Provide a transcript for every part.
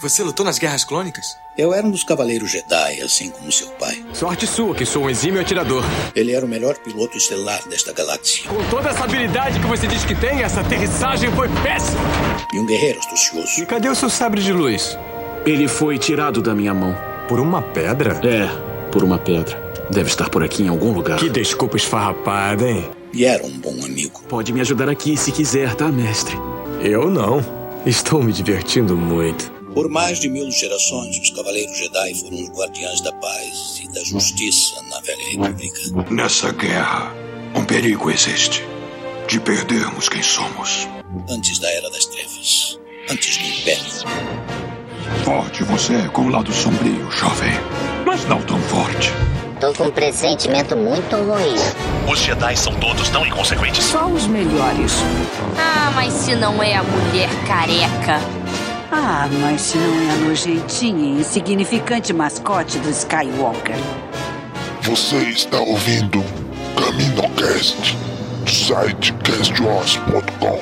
Você lutou nas Guerras Clônicas? Eu era um dos Cavaleiros Jedi, assim como seu pai. Sorte sua, que sou um exímio atirador. Ele era o melhor piloto estelar desta galáxia. Com toda essa habilidade que você diz que tem, essa aterrissagem foi péssima. E um guerreiro astucioso. E cadê o seu sabre de luz? Ele foi tirado da minha mão. Por uma pedra? É, por uma pedra. Deve estar por aqui em algum lugar. Que desculpa esfarrapada, hein? E era um bom amigo. Pode me ajudar aqui se quiser, tá, mestre? Eu não. Estou me divertindo muito. Por mais de 1000 gerações, os Cavaleiros Jedi foram os guardiães da paz e da justiça na Velha República. Nessa guerra, um perigo existe. De perdermos quem somos. Antes da Era das Trevas. Antes do Império. Forte você é com o lado sombrio, jovem. Mas não tão forte. Tô com um pressentimento muito ruim. Os Jedi são todos tão inconsequentes. Só os melhores. Ah, mas se não é a mulher careca. Ah, mas se não é a nojentinha e insignificante mascote do Skywalker. Você está ouvindo CaminoCast, do site castwars.com.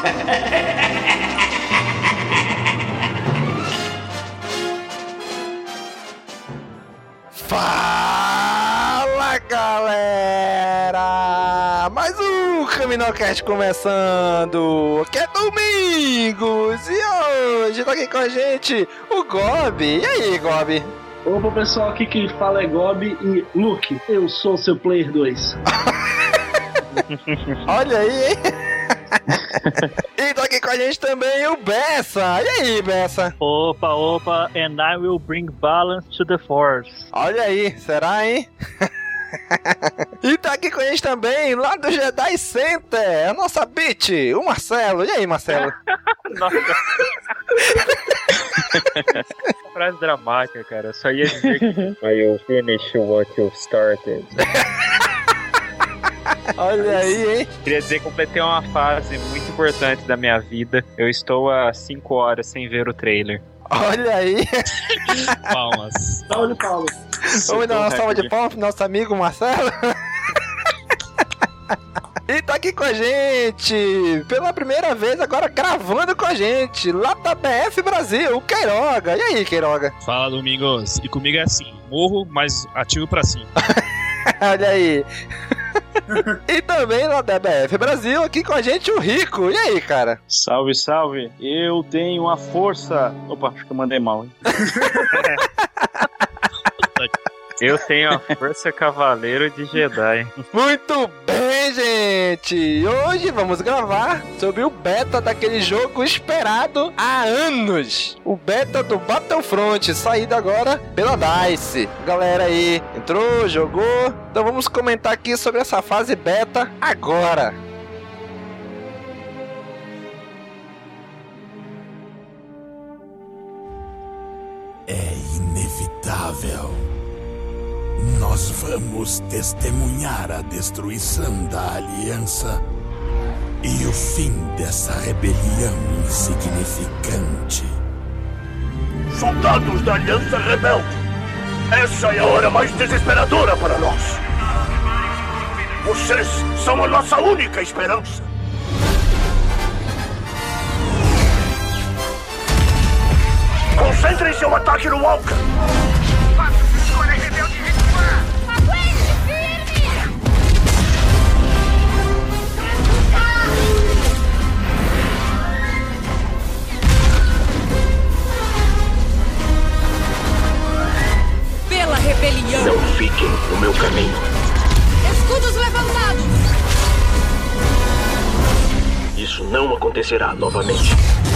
Fala, galera! Mais um CaminoCast começando! Aqui é Domingos! E hoje tá aqui com a gente o Gobi. E aí, Gobi? Opa, pessoal, aqui quem fala é Gobi e Luke, eu sou seu Player 2. Olha aí, hein? E tá aqui com a gente também o Bessa. E aí, Bessa? Opa, and I will bring balance to the force. Olha aí, será, hein? E tá aqui com a gente também, lá do Jedi Center, a nossa bitch, o Marcelo. E aí, Marcelo? Nossa. Frase dramática, cara. Só ia dizer que I will finish what you started. Olha aí, hein? Queria dizer que completei uma fase muito importante da minha vida. Eu estou há 5 horas sem ver o trailer. Olha aí. Palmas. Salve de palmas. Vamos dar uma salva de palmas pro nosso amigo Marcelo. E tá aqui com a gente, pela primeira vez agora gravando com a gente, lá da BF Brasil, o Queiroga. E aí, Queiroga? Fala, Domingos. E comigo é assim, morro, mas ativo pra cima. Olha aí. E também lá da BF Brasil, aqui com a gente o Rico. E aí, cara? Salve, salve. Eu tenho a força... Opa, acho que eu mandei mal, hein? Eu tenho a força cavaleiro de Jedi. Muito bem, gente! Hoje vamos gravar sobre o beta daquele jogo esperado há anos. O beta do Battlefront, saído agora pela DICE. Galera aí entrou, jogou. Então vamos comentar aqui sobre essa fase beta agora. É inevitável. Nós vamos testemunhar a destruição da Aliança e o fim dessa rebelião insignificante. Soldados da Aliança Rebelde, essa é a hora mais desesperadora para nós. Vocês são a nossa única esperança. Concentrem seu ataque no Walker. Pela rebelião! Não fiquem no meu caminho. Escudos levantados! Isso não acontecerá novamente.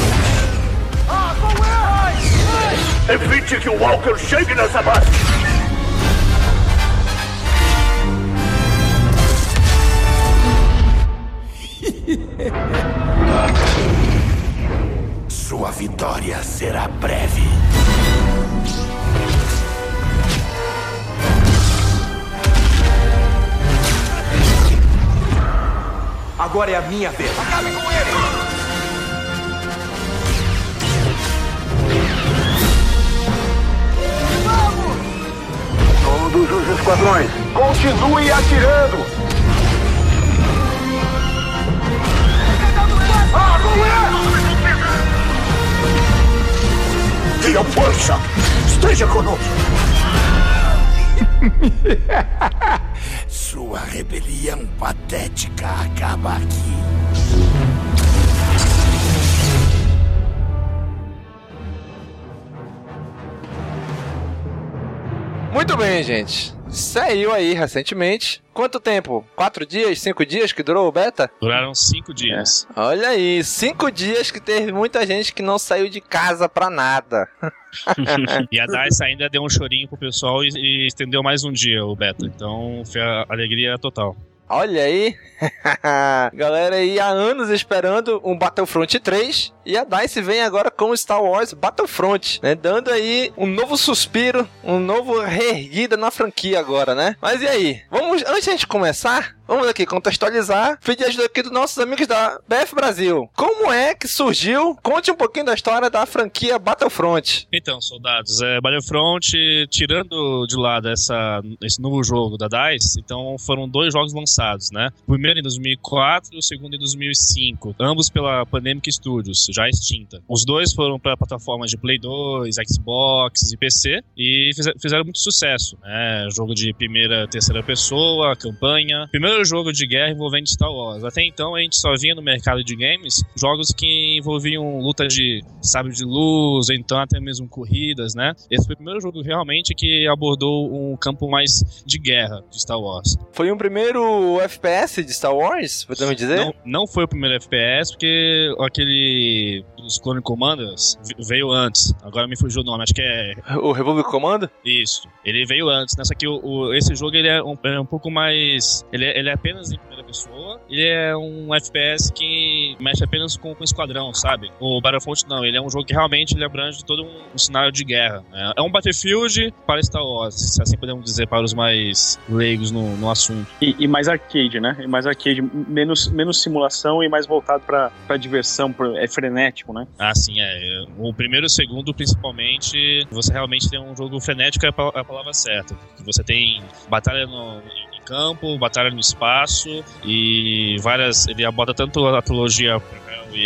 Evite que o Walker chegue nessa base! Sua vitória será breve. Agora é a minha vez. Acabe com ele! Todos os esquadrões, continue atirando! Que a força esteja conosco. Sua rebelião patética acaba aqui. Muito bem, gente. Saiu aí recentemente. Quanto tempo? 4 dias? 5 dias que durou o beta? Duraram 5 dias. Olha aí, 5 dias que teve muita gente que não saiu de casa pra nada. E a DICE ainda deu um chorinho pro pessoal e estendeu mais um dia o beta. Então foi a alegria total. Olha aí, galera aí há anos esperando um Battlefront 3 e a DICE vem agora com o Star Wars Battlefront, né? Dando aí um novo suspiro, um novo reerguida na franquia agora, né? Mas e aí? Antes de a gente começar, vamos aqui contextualizar, pedir ajuda aqui dos nossos amigos da BF Brasil. Como é que surgiu? Conte um pouquinho da história da franquia Battlefront. Então, soldados, Battlefront, tirando de lado esse novo jogo da DICE, então foram 2 jogos lançados, né? O primeiro em 2004 e o segundo em 2005, ambos pela Pandemic Studios, já extinta. Os 2 foram para plataformas de Play 2, Xbox e PC e fizeram muito sucesso, né? Jogo de primeira, terceira pessoa, campanha. Primeiro jogo de guerra envolvendo Star Wars. Até então a gente só via no mercado de games jogos que envolviam luta de sabre de luz, ou então até mesmo corridas, né? Esse foi o primeiro jogo realmente que abordou um campo mais de guerra de Star Wars. Foi um primeiro FPS de Star Wars, podemos dizer? Não foi o primeiro FPS, porque aquele dos Clone Commanders veio antes. Agora me fugiu o nome, acho que é... O Republic Commando? Isso. Ele veio antes, né? Só que esse jogo ele é um pouco mais... Ele é apenas em primeira pessoa. Ele é um FPS que mexe apenas com o esquadrão, sabe? O Battlefront não. Ele é um jogo que realmente ele abrange todo um cenário de guerra, né? É um Battlefield para Star Wars, se assim podemos dizer, para os mais leigos no assunto. E mais arcade, né? Mais arcade, menos simulação e mais voltado pra diversão, é frenético, né? Ah, sim, o primeiro e o segundo, principalmente, você realmente tem um jogo frenético, é a palavra certa. Você tem batalha em campo, batalha no espaço e várias... Ele aborda tanto a trilogia e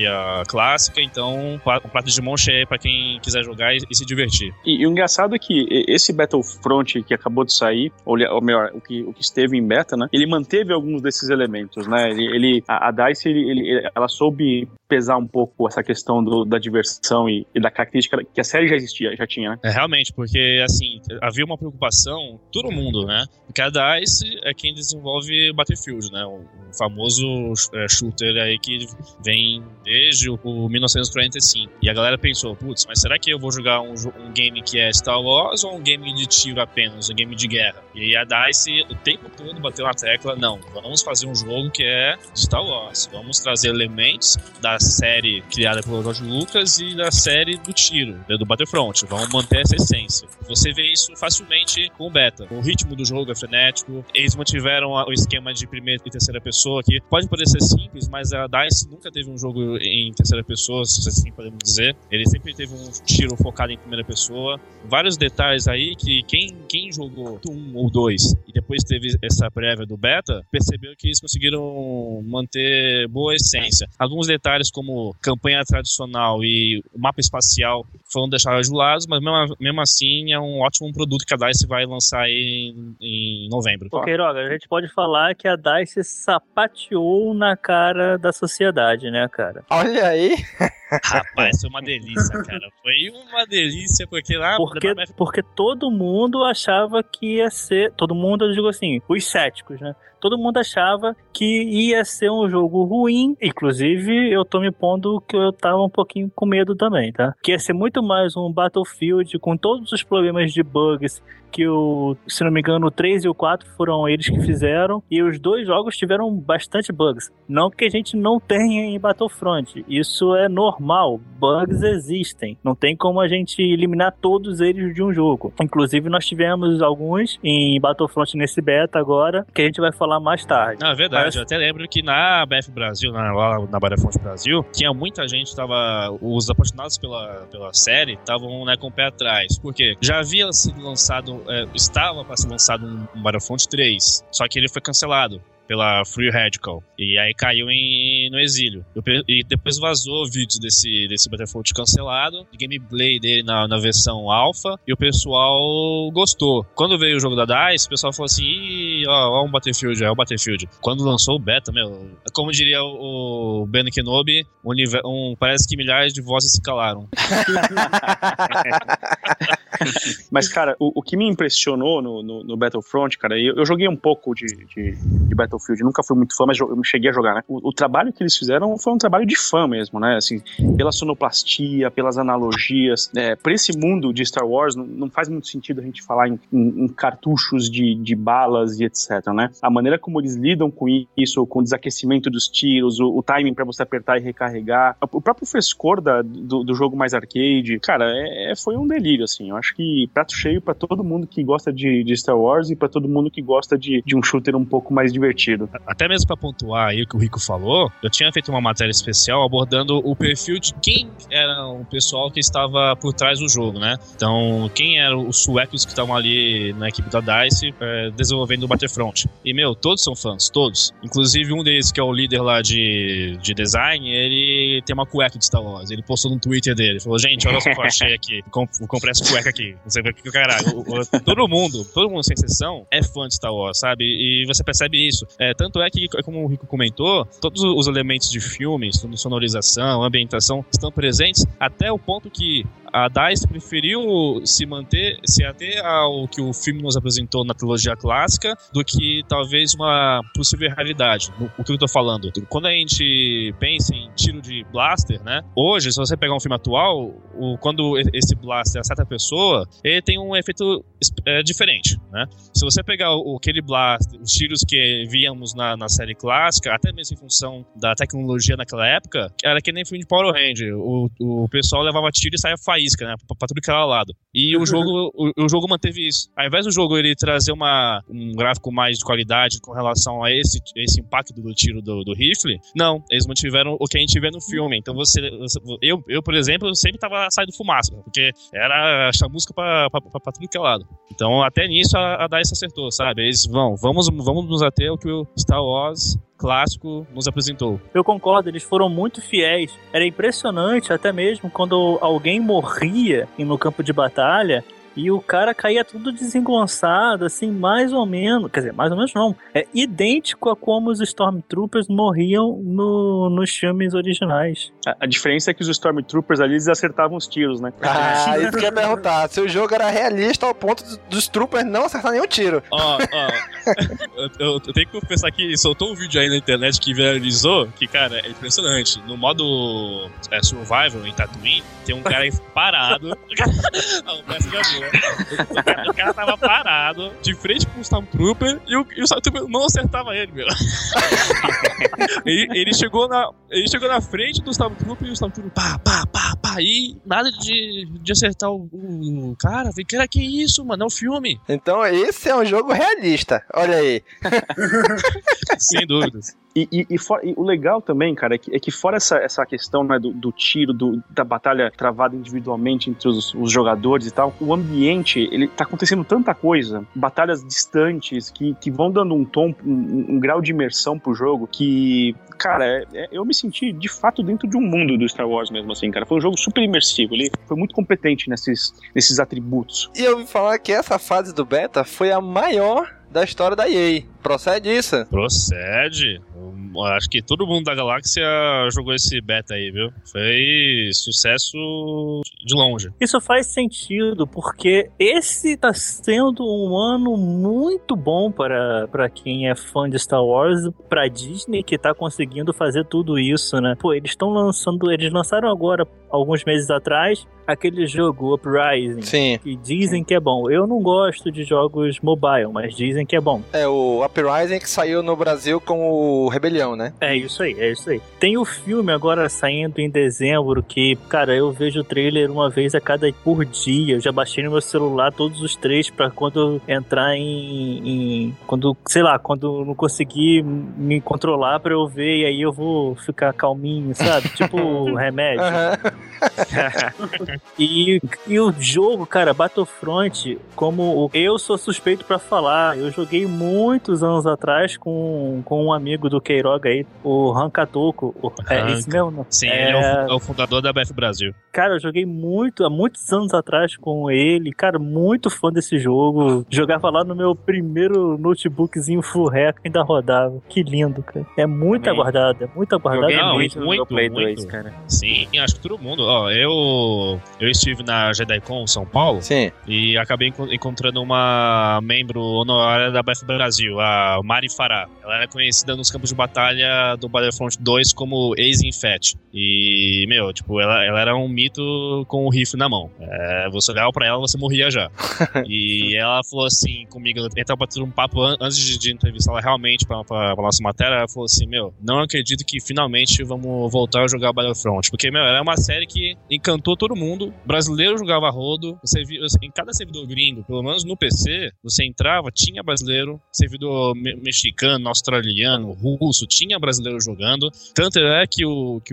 a clássica, então um prato de mão cheio pra quem quiser jogar e se divertir. E o engraçado é que esse Battlefront que acabou de sair, ou melhor, o que esteve em beta, né, ele manteve alguns desses elementos, né, a DICE, ela soube pesar um pouco essa questão da diversão e da característica que a série já tinha, né? Realmente, porque, assim, havia uma preocupação, todo mundo, né, porque a DICE é quem desenvolve Battlefield, né, o famoso shooter aí que vem desde o 1945. E a galera pensou, putz, mas será que eu vou jogar um game que é Star Wars ou um game de tiro apenas, um game de guerra? E a DICE o tempo todo bateu na tecla, não, vamos fazer um jogo que é de Star Wars, vamos trazer elementos da série criada pelo George Lucas e da série do tiro, do Battlefront, vamos manter essa essência. Você vê isso facilmente com o beta. O ritmo do jogo é frenético, eles mantiveram o esquema de primeira e terceira pessoa, que pode parecer simples, mas a DICE nunca teve um jogo em terceira pessoa, se assim podemos dizer. Ele sempre teve um tiro focado em primeira pessoa. Vários detalhes aí que quem jogou 1 ou 2 e depois teve essa prévia do beta, percebeu que eles conseguiram manter boa essência. Alguns detalhes como campanha tradicional e o mapa espacial foram deixados de lado, mas mesmo assim é um ótimo produto que a DICE vai lançar aí em novembro. Queiroga, a gente pode falar que a DICE sapateou na cara da sociedade, né, cara? Olha aí! Rapaz, foi uma delícia, cara. Foi uma delícia, porque lá... Porque todo mundo achava que ia ser... Todo mundo, eu digo assim, os céticos, né? Todo mundo achava que ia ser um jogo ruim. Inclusive, eu tô me pondo que eu tava um pouquinho com medo também, tá? Que ia ser muito mais um Battlefield com todos os problemas de bugs que se não me engano, o 3 e o 4 foram eles que fizeram, e os 2 jogos tiveram bastante bugs. Não que a gente não tenha em Battlefront, isso é normal, bugs existem, não tem como a gente eliminar todos eles de um jogo. Inclusive nós tivemos alguns em Battlefront nesse beta agora, que a gente vai falar mais tarde. É verdade, eu até lembro que na BF Brasil, lá na Battlefront Brasil, tinha muita gente, os apaixonados pela série estavam, né, com o pé atrás, porque já havia sido lançado, estava para ser lançado um Battlefront 3, só que ele foi cancelado pela Free Radical. E aí caiu no exílio. E depois vazou vídeos desse Battlefront cancelado, de gameplay dele na versão alpha, e o pessoal gostou. Quando veio o jogo da DICE, o pessoal falou assim, ó um Battlefield, é o Battlefield. Quando lançou o beta, como diria o Ben Kenobi, parece que milhares de vozes se calaram. Mas, cara, o que me impressionou no Battlefront, cara, eu joguei um pouco de Battlefield, nunca fui muito fã, mas eu cheguei a jogar, né? O trabalho que eles fizeram foi um trabalho de fã mesmo, né? Assim, pela sonoplastia, pelas analogias, por esse mundo de Star Wars, não faz muito sentido a gente falar em cartuchos de balas e etc, né? A maneira como eles lidam com isso, com o desaquecimento dos tiros, o timing pra você apertar e recarregar, o próprio frescor do jogo mais arcade, cara, foi um delírio, assim. Eu acho que prato cheio pra todo mundo que gosta de Star Wars e pra todo mundo que gosta de um shooter um pouco mais divertido. Até mesmo pra pontuar aí o que o Rico falou, eu tinha feito uma matéria especial abordando o perfil de quem era o pessoal que estava por trás do jogo, né? Então, quem eram os suecos que estavam ali na equipe da DICE desenvolvendo o Battlefront. E, todos são fãs, todos. Inclusive, um deles, que é o líder lá de design, ele tem uma cueca de Star Wars. Ele postou no Twitter dele, falou, gente, olha só o que eu achei aqui, vou comprar essa cueca aqui. Não sei o que caralho. Todo mundo, sem exceção, é fã de Star Wars, sabe? E você percebe isso. Tanto é que, como o Rico comentou, todos os elementos de filme, sonorização, ambientação, estão presentes até o ponto que a DICE preferiu se ater ao que o filme nos apresentou na trilogia clássica do que talvez uma possível realidade. O que eu tô falando? Quando a gente pensa em tiro de blaster, né? Hoje, se você pegar um filme atual, quando esse blaster acerta a pessoa, ele tem um efeito diferente, né? Se você pegar aquele blaster, os tiros que víamos na série clássica, até mesmo em função da tecnologia naquela época, era que nem filme de Power Ranger. O pessoal levava tiro e saia faísca, né? Pra tudo que era lado. E o jogo manteve isso. Ao invés do jogo ele trazer um gráfico mais de qualidade com relação a esse impacto do tiro do rifle, não. Eles mantiveram o que a gente vê no filme. Então eu por exemplo, sempre tava saindo fumaça, porque era essa música pra tudo que é lado. Então até nisso a DICE acertou, sabe? Eles vamos nos ater ao que o Star Wars clássico nos apresentou. Eu concordo, eles foram muito fiéis. Era impressionante até mesmo quando alguém morria no campo de batalha e o cara caía tudo desengonçado, assim, mais ou menos. Quer dizer, mais ou menos não. É idêntico a como os Stormtroopers morriam nos filmes originais. A diferença é que os Stormtroopers ali, eles acertavam os tiros, né? Isso que eu ia perguntar. Se o jogo era realista ao ponto dos Troopers não acertar nenhum tiro. Eu tenho que confessar que soltou um vídeo aí na internet que viralizou, que, cara, é impressionante. No modo Survival, em Tatooine, tem um cara parado. O cara tava parado, de frente pro Stormtrooper, e o Stormtrooper não acertava ele, meu. Ele chegou na frente do Stormtrooper e o Stormtrooper pá, e nada de acertar o cara. Falei, que isso, mano? É um filme. Então esse é um jogo realista, olha aí. Sem dúvidas. E o legal também, cara, é que fora essa questão, né, do tiro, da batalha travada individualmente entre os jogadores e tal, o ambiente, ele tá acontecendo tanta coisa, batalhas distantes que vão dando um tom, um grau de imersão pro jogo que, cara, eu me senti de fato dentro de um mundo do Star Wars mesmo, assim, cara. Foi um jogo super imersivo, ele foi muito competente nesses atributos. E eu ouvi falar que essa fase do beta foi a maior da história da EA. Procede isso? Procede. Eu acho que todo mundo da galáxia jogou esse beta aí, viu? Foi sucesso de longe. Isso faz sentido, porque esse tá sendo um ano muito bom para quem é fã de Star Wars, pra Disney, que tá conseguindo fazer tudo isso, né? Pô, eles lançaram agora, alguns meses atrás, aquele jogo Uprising. Sim. Que dizem que é bom. Eu não gosto de jogos mobile, mas dizem que é bom. É o Uprising que saiu no Brasil com o Rebelião, né? É isso aí. Tem o filme agora saindo em dezembro que, cara, eu vejo o trailer uma vez por dia. Eu já baixei no meu celular todos os 3 pra quando entrar quando não conseguir me controlar pra eu ver, e aí eu vou ficar calminho, sabe? Tipo remédio. E o jogo, cara, Battlefront, eu sou suspeito pra falar, eu joguei muitos anos atrás com um amigo do Queiroga aí, o Rankatoko. É esse mesmo? Sim, ele é o fundador da BF Brasil. Cara, eu joguei há muitos anos atrás com ele, cara, muito fã desse jogo. Jogava lá no meu primeiro notebookzinho full rec, ainda rodava. Que lindo, cara. É muito aguardado, Joguei muito no Play 2, cara. Sim, acho que todo mundo. Ó, eu estive na JediCon São Paulo. Sim. E acabei encontrando uma membro honorária da BF Brasil, a Mari Farah. Ela era conhecida nos campos de batalha do Battlefront 2 como Ex-Infet. E, tipo, ela era um mito com o rifle na mão. Você olhava pra ela, você morria já. E ela falou assim comigo, eu tava batendo um papo antes de entrevistar ela realmente pra nossa matéria. Ela falou assim, não acredito que finalmente vamos voltar a jogar Battlefront. Porque, era uma série que encantou todo mundo. Brasileiro jogava rodo. Você via, em cada servidor gringo, pelo menos no PC, você entrava, tinha brasileiro. Servidor mexicano, australiano, russo, tinha brasileiro jogando. Tanto é que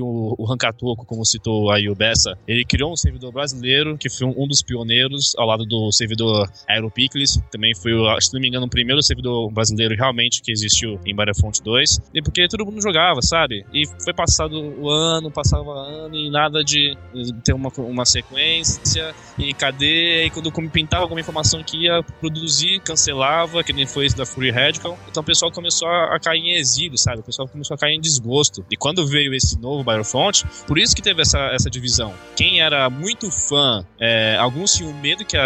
o Rankatoko, como citou aí o Bessa, ele criou um servidor brasileiro, que foi um dos pioneiros, ao lado do servidor Aeropicles. Também foi, se não me engano, o primeiro servidor brasileiro realmente que existiu em Battlefront 2. E porque todo mundo jogava, sabe? E foi passado o ano, passava ano e nada de ter uma sequência. E cadê? E quando pintava alguma informação que ia produzir, cancelava, que nem foi esse da Fury Radical. Então o pessoal começou a cair em exílio, sabe? O pessoal começou a cair em desgosto. E quando veio esse novo Battlefront, por isso que teve essa divisão. Quem era muito fã, alguns tinham medo que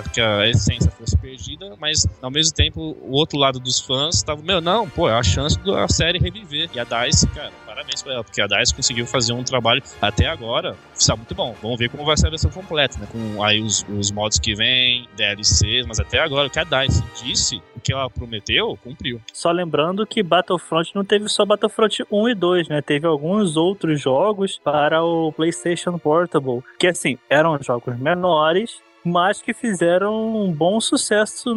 a essência fosse perdida, mas ao mesmo tempo o outro lado dos fãs estava, é a chance da série reviver. E a DICE, cara, parabéns pra ela, porque a DICE conseguiu fazer um trabalho até agora, está muito bom. Vamos ver como vai ser a versão completa, né? Com aí os mods que vem, DLCs, mas até agora o que a DICE disse, o que ela prometeu, cumpriu. Só lembrando que Battlefront não teve só Battlefront 1 e 2, né? Teve alguns outros jogos para o PlayStation Portable, que assim, eram jogos menores, mas que fizeram um bom sucesso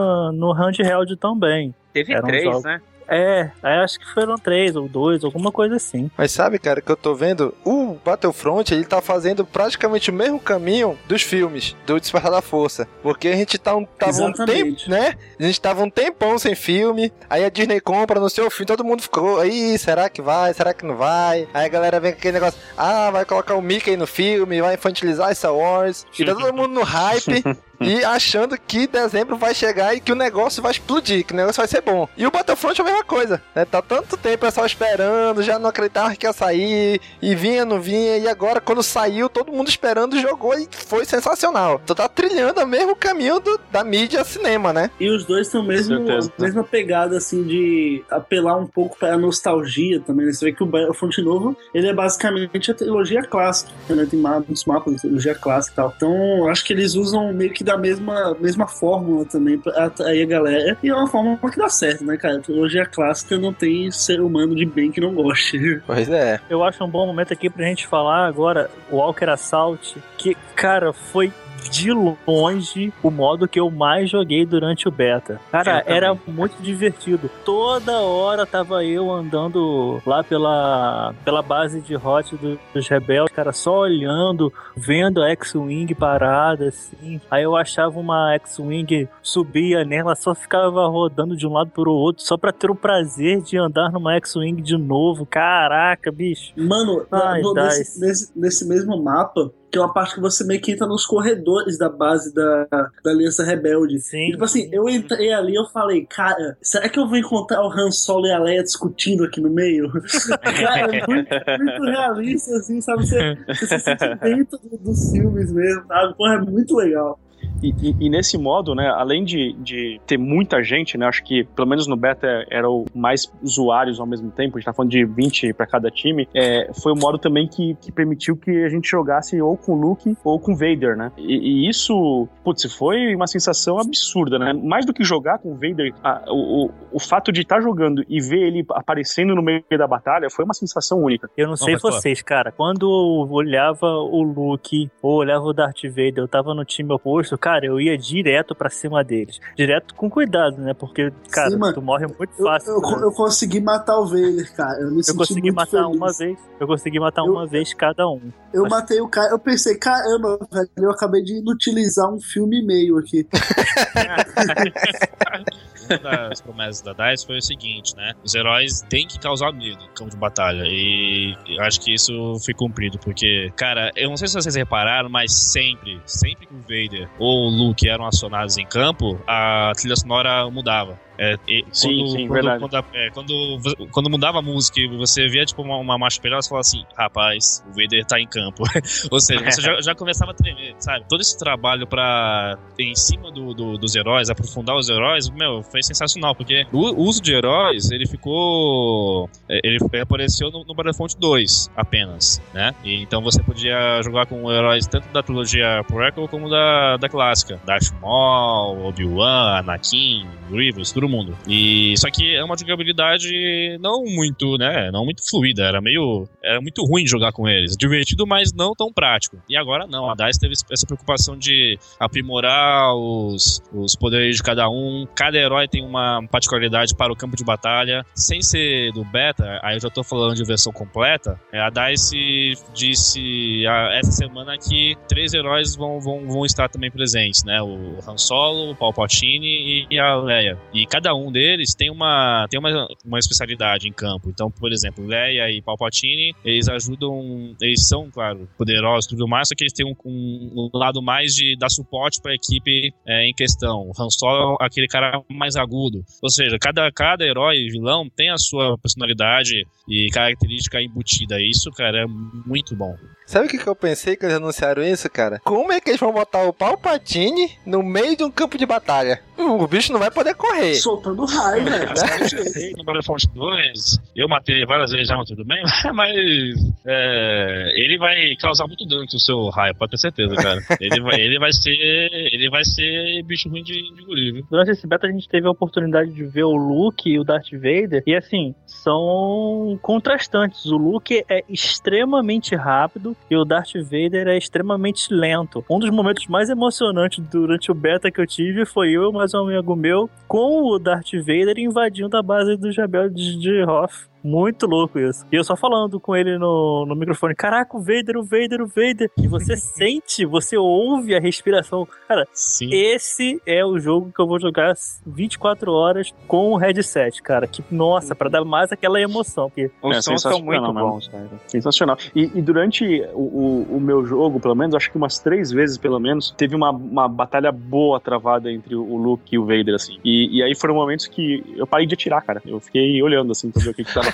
no handheld também. Teve 3, né? Acho que foram 3 ou 2, alguma coisa assim. Mas sabe, cara, que eu tô vendo, o Battlefront, ele tá fazendo praticamente o mesmo caminho dos filmes, do Despertar da Força. Porque a gente tava um tempo, né? A gente tava um tempão sem filme, aí a Disney compra no seu filme, todo mundo ficou, aí, será que vai? Será que não vai? Aí a galera vem com aquele negócio, vai colocar o Mickey no filme, vai infantilizar Star Wars, e tá todo mundo no hype. E achando que dezembro vai chegar e que o negócio vai explodir, que o negócio vai ser bom. E o Battlefront é a mesma coisa, né? Tá tanto tempo o pessoal esperando, já não acreditava que ia sair, e vinha, não vinha, e agora quando saiu, todo mundo esperando, jogou e foi sensacional. Tu tá trilhando o mesmo caminho da mídia cinema, né? E os dois têm a mesma pegada, assim, de apelar um pouco pra nostalgia também, né? Você vê que o Battlefront novo, ele é basicamente a trilogia clássica, né? Tem muitos mapas da trilogia clássica e tal. Então, acho que eles usam meio que da mesma fórmula também pra atrair a galera. E é uma fórmula que dá certo, né, cara? A trilogia clássica não tem ser humano de bem que não goste. Pois é. Eu acho um bom momento aqui pra gente falar agora o Walker Assault, que, cara, foi de longe o modo que eu mais joguei durante o beta. Cara, era muito divertido. Toda hora tava eu andando lá pela base de hot dos rebeldes, cara, só olhando, vendo a X-Wing parada, assim. Aí eu achava uma X-Wing, subia nela, só ficava rodando de um lado pro outro, só pra ter o prazer de andar numa X-Wing de novo. Caraca, bicho. Mano, nesse mesmo mapa, que é uma parte que você meio que entra nos corredores da base da Aliança Rebelde. Sim. E, tipo assim, eu entrei ali e eu falei, cara, será que eu vou encontrar o Han Solo e a Leia discutindo aqui no meio? Cara, é muito realista, assim, sabe? Você se sente dentro dos filmes mesmo, sabe? Porra, é muito legal. E nesse modo, né, além de ter muita gente, né, acho que pelo menos no beta eram mais usuários ao mesmo tempo, a gente tá falando de 20 para cada time, foi um modo também que permitiu que a gente jogasse ou com Luke ou com Vader, né, e isso, putz, foi uma sensação absurda, né, mais do que jogar com Vader, o fato de estar jogando e ver ele aparecendo no meio da batalha foi uma sensação única. Eu não sei vocês, cara, quando eu olhava o Luke ou olhava o Darth Vader, eu tava no time oposto, cara, eu ia direto pra cima deles. Direto com cuidado, né? Porque, cara, Sim, tu morre muito fácil. Eu consegui matar o Vader, cara. Eu consegui matar uma vez. Eu consegui matar uma vez cada um. Eu matei o cara. Eu pensei, caramba, velho, eu acabei de inutilizar um filme e meio aqui. Uma das promessas da DICE foi o seguinte, né? Os heróis têm que causar medo no campo de batalha. E eu acho que isso foi cumprido, porque, cara, eu não sei se vocês repararam, mas sempre que o Vader ou o Luke eram acionados em campo, a trilha sonora mudava. Quando mudava a música e você via tipo uma marcha imperial, você falava assim, rapaz, o Vader tá em campo. Ou seja, você já começava a tremer, sabe? Todo esse trabalho pra em cima dos heróis, aprofundar os heróis, meu, foi sensacional, porque o uso de heróis, ele apareceu no Battlefront 2 apenas, né? E então você podia jogar com heróis tanto da trilogia prequel como da clássica, Darth Maul, Obi-Wan, Anakin, Grievous, todo mundo. E só que é uma jogabilidade não muito fluida, era muito ruim de jogar com eles, divertido, mas não tão prático. E agora não, a DICE teve essa preocupação de aprimorar os poderes de cada um. Cada herói tem uma particularidade para o campo de batalha, sem ser do beta. Aí eu já tô falando de versão completa. A DICE disse essa semana que 3 heróis vão estar também presentes, né? O Han Solo, o Palpatine e a Leia. E cada um deles tem uma especialidade em campo. Então, por exemplo, Leia e Palpatine, eles são, claro, poderosos e tudo mais, só que eles têm um lado mais de dar suporte para a equipe em questão. O Han Solo é aquele cara mais agudo. Ou seja, cada herói e vilão tem a sua personalidade e característica embutida. Isso, cara, é muito bom. Sabe o que eu pensei quando eles anunciaram isso, cara? Como é que eles vão botar o Palpatine no meio de um campo de batalha? O bicho não vai poder correr. Soltando raio, velho. No Battlefront 2, eu matei várias vezes já, tudo bem, mas ele vai causar muito dano com o seu raio, pode ter certeza, cara. Ele vai ser bicho ruim de guri, viu? Durante esse beta a gente teve a oportunidade de ver o Luke e o Darth Vader, e assim, são contrastantes. O Luke é extremamente rápido e o Darth Vader é extremamente lento. Um dos momentos mais emocionantes durante o beta que eu tive foi eu e mais um amigo meu com o Darth Vader invadindo a base dos rebeldes de Hoth. Muito louco isso. E eu só falando com ele no microfone, caraca, o Vader. E você sente, você ouve a respiração. Cara, sim. Esse é o jogo que eu vou jogar 24 horas com o headset, cara. Que, nossa, pra dar mais aquela emoção. Porque os sons são muito bons, cara. Sensacional. E durante o meu jogo, pelo menos, acho que umas 3 vezes, pelo menos, teve uma batalha boa travada entre o Luke e o Vader, assim. E aí foram momentos que eu parei de atirar, cara. Eu fiquei olhando, assim, pra ver o que tava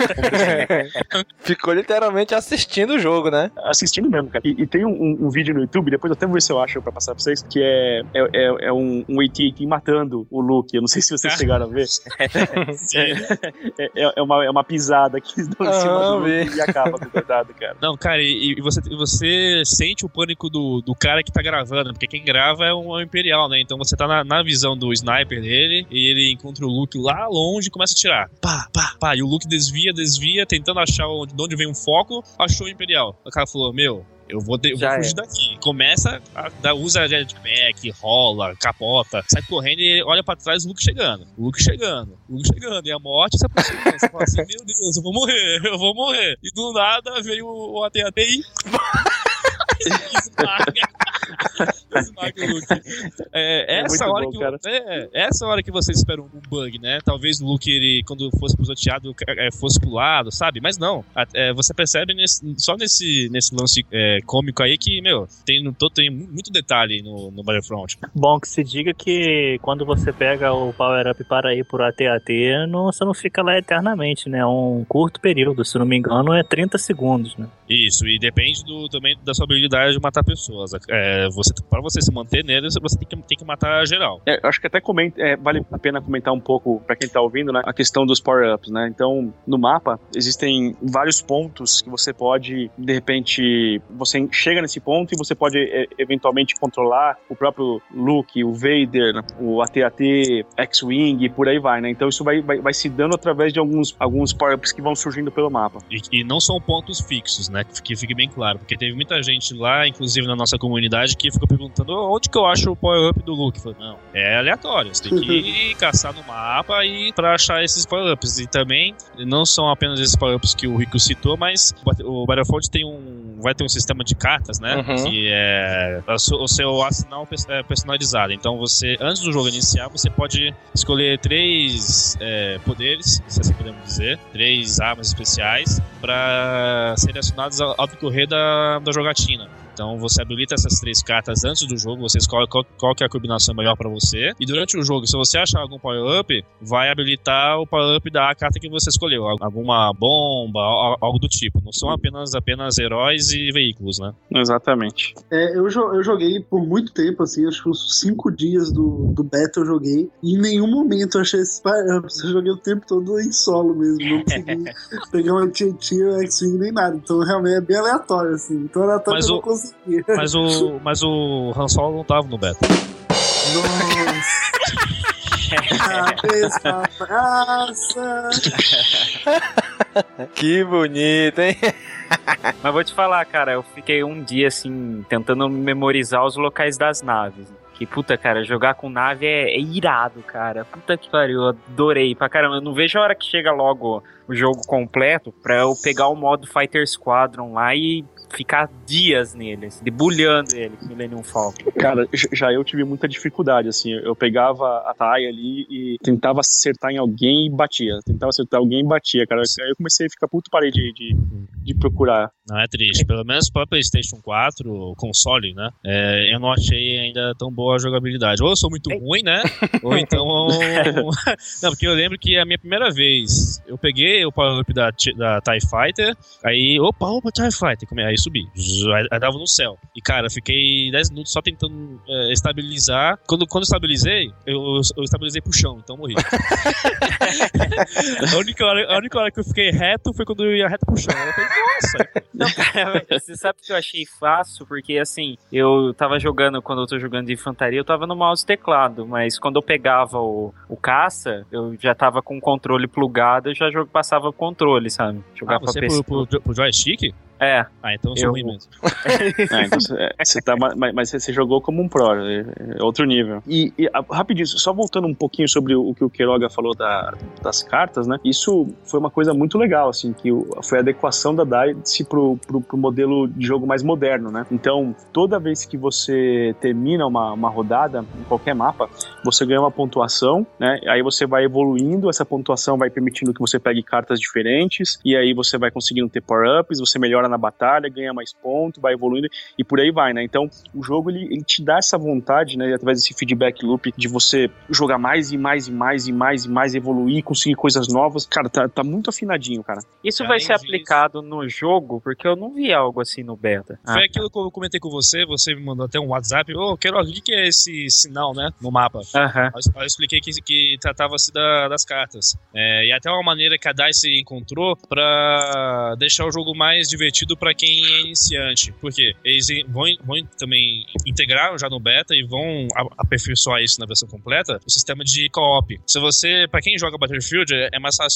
Ficou literalmente assistindo o jogo, né? Assistindo mesmo, cara. E tem um vídeo no YouTube, depois eu até vou ver se eu acho pra passar pra vocês, que é um AT-AT matando o Luke. Eu não sei se vocês chegaram a ver. é uma pisada que eles dão em cima do Luke e acaba com o cuidado, cara. Não, cara, e você sente o pânico do cara que tá gravando, porque quem grava é um Imperial, né? Então você tá na visão do sniper dele e ele encontra o Luke lá longe e começa a atirar. Pá, pá, pá. E o Luke desvia, tentando achar de onde vem um foco, achou o Imperial. O cara falou, eu vou fugir daqui. Começa usa jetpack, rola, capota, sai correndo e olha pra trás, o Luke chegando. E a morte se aproxima. Você fala assim, meu Deus, eu vou morrer. E do nada veio o AT-AT e esmaga o Luke. Essa hora que você espera um bug, né? Talvez o Luke, ele, quando fosse pisoteado, fosse pro lado, sabe? Mas não. Você percebe só nesse lance cômico aí que, tem muito detalhe no Battlefront. Bom, que se diga que quando você pega o power-up para ir por AT-AT, você não fica lá eternamente, né? É um curto período, se não me engano, é 30 segundos, né? Isso, e depende também da sua habilidade de matar pessoas. Para você se manter neles, você tem que matar geral. Acho que até vale a pena comentar um pouco, pra quem tá ouvindo, né, a questão dos power-ups, né? Então, no mapa, existem vários pontos que você pode, de repente, você chega nesse ponto e você pode, eventualmente, controlar o próprio Luke, o Vader, o AT-AT, X-Wing, e por aí vai, né? Então, isso vai se dando através de alguns power-ups que vão surgindo pelo mapa. E não são pontos fixos, né? Que fique bem claro, porque teve muita gente lá, inclusive na nossa comunidade, que ficou perguntando perguntando onde que eu acho o power-up do Luke. Eu falei, não, é aleatório, você tem que caçar no mapa e pra achar esses power-ups. E também, não são apenas esses power-ups que o Rico citou, mas o Battlefront vai ter um sistema de cartas, né? Que é o seu arsenal personalizado. Então você, antes do jogo iniciar, você pode escolher 3 poderes, se assim podemos dizer, 3 armas especiais para serem acionadas ao decorrer da jogatina. Então você habilita essas 3 cartas antes do jogo, você escolhe qual que é a combinação melhor pra você. E durante o jogo, se você achar algum power-up, vai habilitar o power-up da carta que você escolheu. Alguma bomba, algo do tipo. Não são apenas heróis e veículos, né? Exatamente. Eu joguei por muito tempo, assim, acho que uns 5 dias do beta eu joguei. E em nenhum momento eu achei esses power-ups. Eu joguei o tempo todo em solo mesmo. Não consegui pegar uma TNT, X-Wing nem nada. Então realmente é bem aleatório, assim. Então aleatório eu não consegui. Mas o Han Solo não tava no beta. Nossa! Que bonito, hein? Mas vou te falar, cara, eu fiquei um dia, assim, tentando memorizar os locais das naves. Que, puta, cara, jogar com nave é irado, cara. Puta que pariu, eu adorei pra caramba. Eu não vejo a hora que chega logo o jogo completo pra eu pegar o modo Fighter Squadron lá e ficar dias nele, assim, debulhando ele com Millennium Falcon. Cara, já eu tive muita dificuldade, assim, eu pegava a TIE ali e tentava acertar em alguém e batia, cara, aí eu comecei a ficar puto, parei de procurar. Não, é triste, pelo menos para PlayStation 4, o console, né, eu não achei ainda tão boa a jogabilidade, ou eu sou muito ruim, né, ou então... Não, porque eu lembro que a minha primeira vez, eu peguei o power-up da TIE Fighter, aí, opa, TIE Fighter, aí subi, aí dava no céu. E cara, fiquei 10 minutos só tentando estabilizar. Quando eu estabilizei, eu estabilizei pro chão, então morri. a única hora que eu fiquei reto foi quando eu ia reto pro chão. Eu falei, nossa! Não, cara, você sabe que eu achei fácil, porque assim, eu tava jogando, quando eu tô jogando de infantaria, eu tava no mouse e teclado, mas quando eu pegava o caça, eu já tava com o controle plugado, eu já passava o controle, sabe? Jogar você pro joystick? É. Ah, então eu sou ruim mesmo. Então você tá, mas você jogou como um pro, é outro nível. E rapidinho, só voltando um pouquinho sobre o que o Queiroga falou das cartas, né? Isso foi uma coisa muito legal, assim, que foi a adequação da DICE pro modelo de jogo mais moderno, né? Então, toda vez que você termina uma rodada em qualquer mapa, você ganha uma pontuação, né? Aí você vai evoluindo, essa pontuação vai permitindo que você pegue cartas diferentes, e aí você vai conseguindo ter power-ups, você melhora na batalha, ganha mais pontos, vai evoluindo e por aí vai, né? Então, o jogo, ele te dá essa vontade, né? Através desse feedback loop de você jogar mais e mais e mais e mais e mais, evoluir, conseguir coisas novas. Cara, tá muito afinadinho, cara. Isso vai ser aplicado no jogo, porque eu não vi algo assim no beta. Foi aquilo que eu comentei com você me mandou até um WhatsApp, Queiroga, o que é esse sinal, né? No mapa. Eu expliquei que tratava-se das cartas. E até uma maneira que a DICE encontrou pra deixar o jogo mais divertido para quem é iniciante, porque eles vão também integrar já no beta e vão aperfeiçoar isso na versão completa, o sistema de co-op. Se você, para quem joga Battlefield, é mais fácil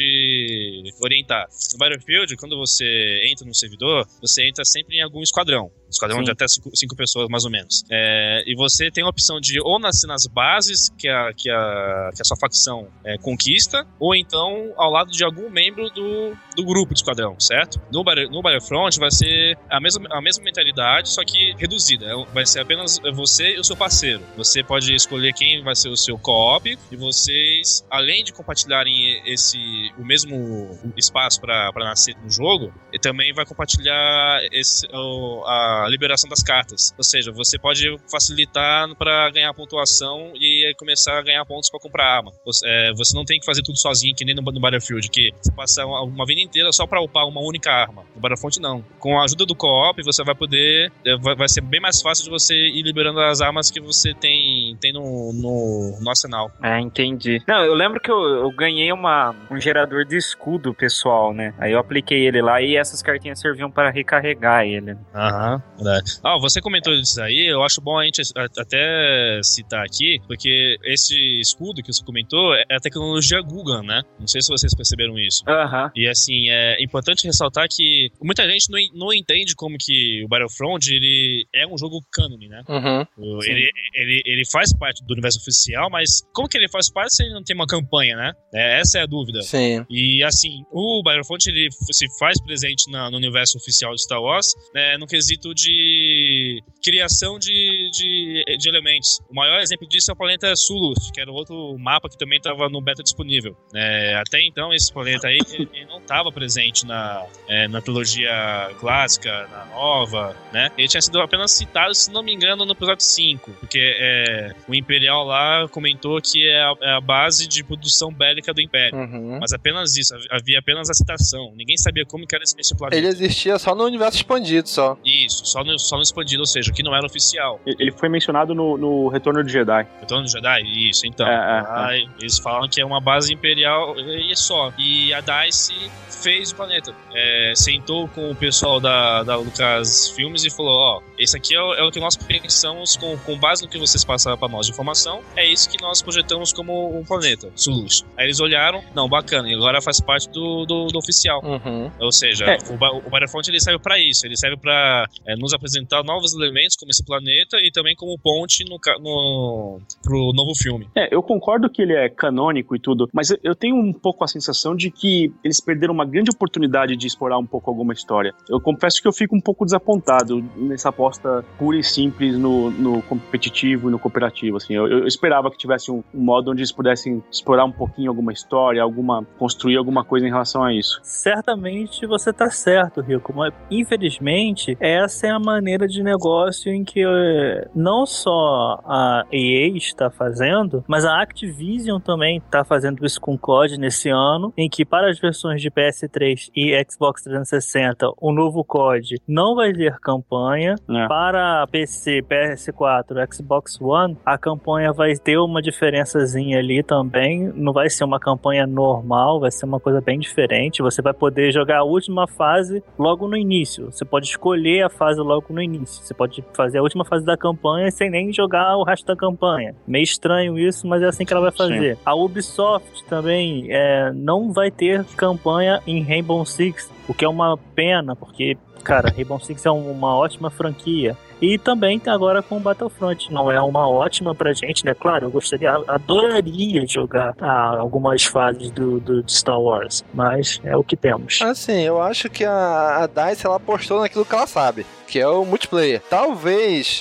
de orientar. No Battlefield, quando você entra no servidor, você entra sempre em algum esquadrão de até 5 pessoas, mais ou menos. E você tem a opção de ou nascer nas bases que a sua facção conquista, ou então ao lado de algum membro do grupo de esquadrão, certo? No Battlefront vai ser a mesma mentalidade, só que reduzida. Vai ser apenas você e o seu parceiro. Você pode escolher quem vai ser o seu co-op, e vocês, além de compartilharem o mesmo espaço para nascer no jogo, e também vai compartilhar a liberação das cartas. Ou seja, você pode facilitar para ganhar pontuação e começar a ganhar pontos para comprar arma. Você não tem que fazer tudo sozinho, que nem no Battlefield, que você passa uma vida inteira só para upar uma única arma. No Battlefront não. Com a ajuda do co-op, você vai poder... Vai ser bem mais fácil de você ir liberando as armas que você tem no arsenal. Entendi. Não, eu lembro que eu ganhei um gerador de escudo pessoal, né? Aí eu apliquei ele lá e essas cartinhas serviam para recarregar ele. Verdade. Você comentou disso aí, eu acho bom a gente até citar aqui, porque esse escudo que você comentou é a tecnologia Google, né? Não sei se vocês perceberam isso. E assim, é importante ressaltar que muita gente não entende como que o Battlefront, ele é um jogo cânone, né? Ele faz parte do universo oficial, mas como que ele faz parte se ele não tem uma campanha, né? Essa é a dúvida. Sim. E assim, o Battlefront, ele se faz presente no universo oficial de Star Wars, né, no quesito de criação de elementos. O maior exemplo disso é o planeta Sulus, que era outro mapa que também estava no beta disponível. Até então, esse planeta aí, ele não estava presente na trilogia clássica, na nova, né? Ele tinha sido apenas citado, se não me engano, no episódio 5, porque o Imperial lá comentou que é a base de produção bélica do Império. Mas apenas isso, havia apenas a citação. Ninguém sabia como que era esse planeta. Ele existia só no universo expandido, só. Isso, só no expandido, ou seja, que não era oficial. Ele foi mencionado no Retorno de Jedi. Retorno de Jedi? Isso, então. Eles falam que é uma base imperial e só. E a DICE fez o planeta. Sentou com o pessoal da Lucas Filmes e falou, esse aqui é o que nós pensamos com base no que vocês passaram para nós de informação, é isso que nós projetamos como um planeta, Sulus. Aí eles olharam, não, bacana, e agora faz parte do oficial. Ou seja, o Battlefront, ele serve para isso, ele serve para nos apresentar novos elementos como esse planeta e também como ponte pro novo filme. Eu concordo que ele é canônico e tudo, mas eu tenho um pouco a sensação de que eles perderam uma grande oportunidade de explorar um pouco alguma história. Eu confesso que eu fico um pouco desapontado nessa aposta pura e simples no competitivo e no cooperativo, assim. Eu esperava que tivesse um modo onde eles pudessem explorar um pouquinho alguma história, construir alguma coisa em relação a isso. Certamente você tá certo, Rico, mas infelizmente essa é a maneira de negócio em que não só a EA está fazendo, mas a Activision também está fazendo isso com COD nesse ano, em que para as versões de PS3 e Xbox 360 o novo COD não vai ter campanha. Para PC, PS4, Xbox One, a campanha vai ter uma diferençazinha ali também, não vai ser uma campanha normal, vai ser uma coisa bem diferente. Você vai poder jogar a última fase logo no início, você pode escolher a fase logo no início, você pode fazer a última fase da campanha sem nem jogar o resto da campanha. Meio estranho isso, mas é assim que ela vai fazer. Sim. A Ubisoft também não vai ter campanha em Rainbow Six, o que é uma pena, porque, cara, Rainbow Six é uma ótima franquia. E também agora com o Battlefront. Não é uma ótima pra gente, né? Claro, eu adoraria jogar algumas fases do Star Wars, mas é o que temos. Assim, eu acho que a DICE, ela apostou naquilo que ela sabe, que é o multiplayer. Talvez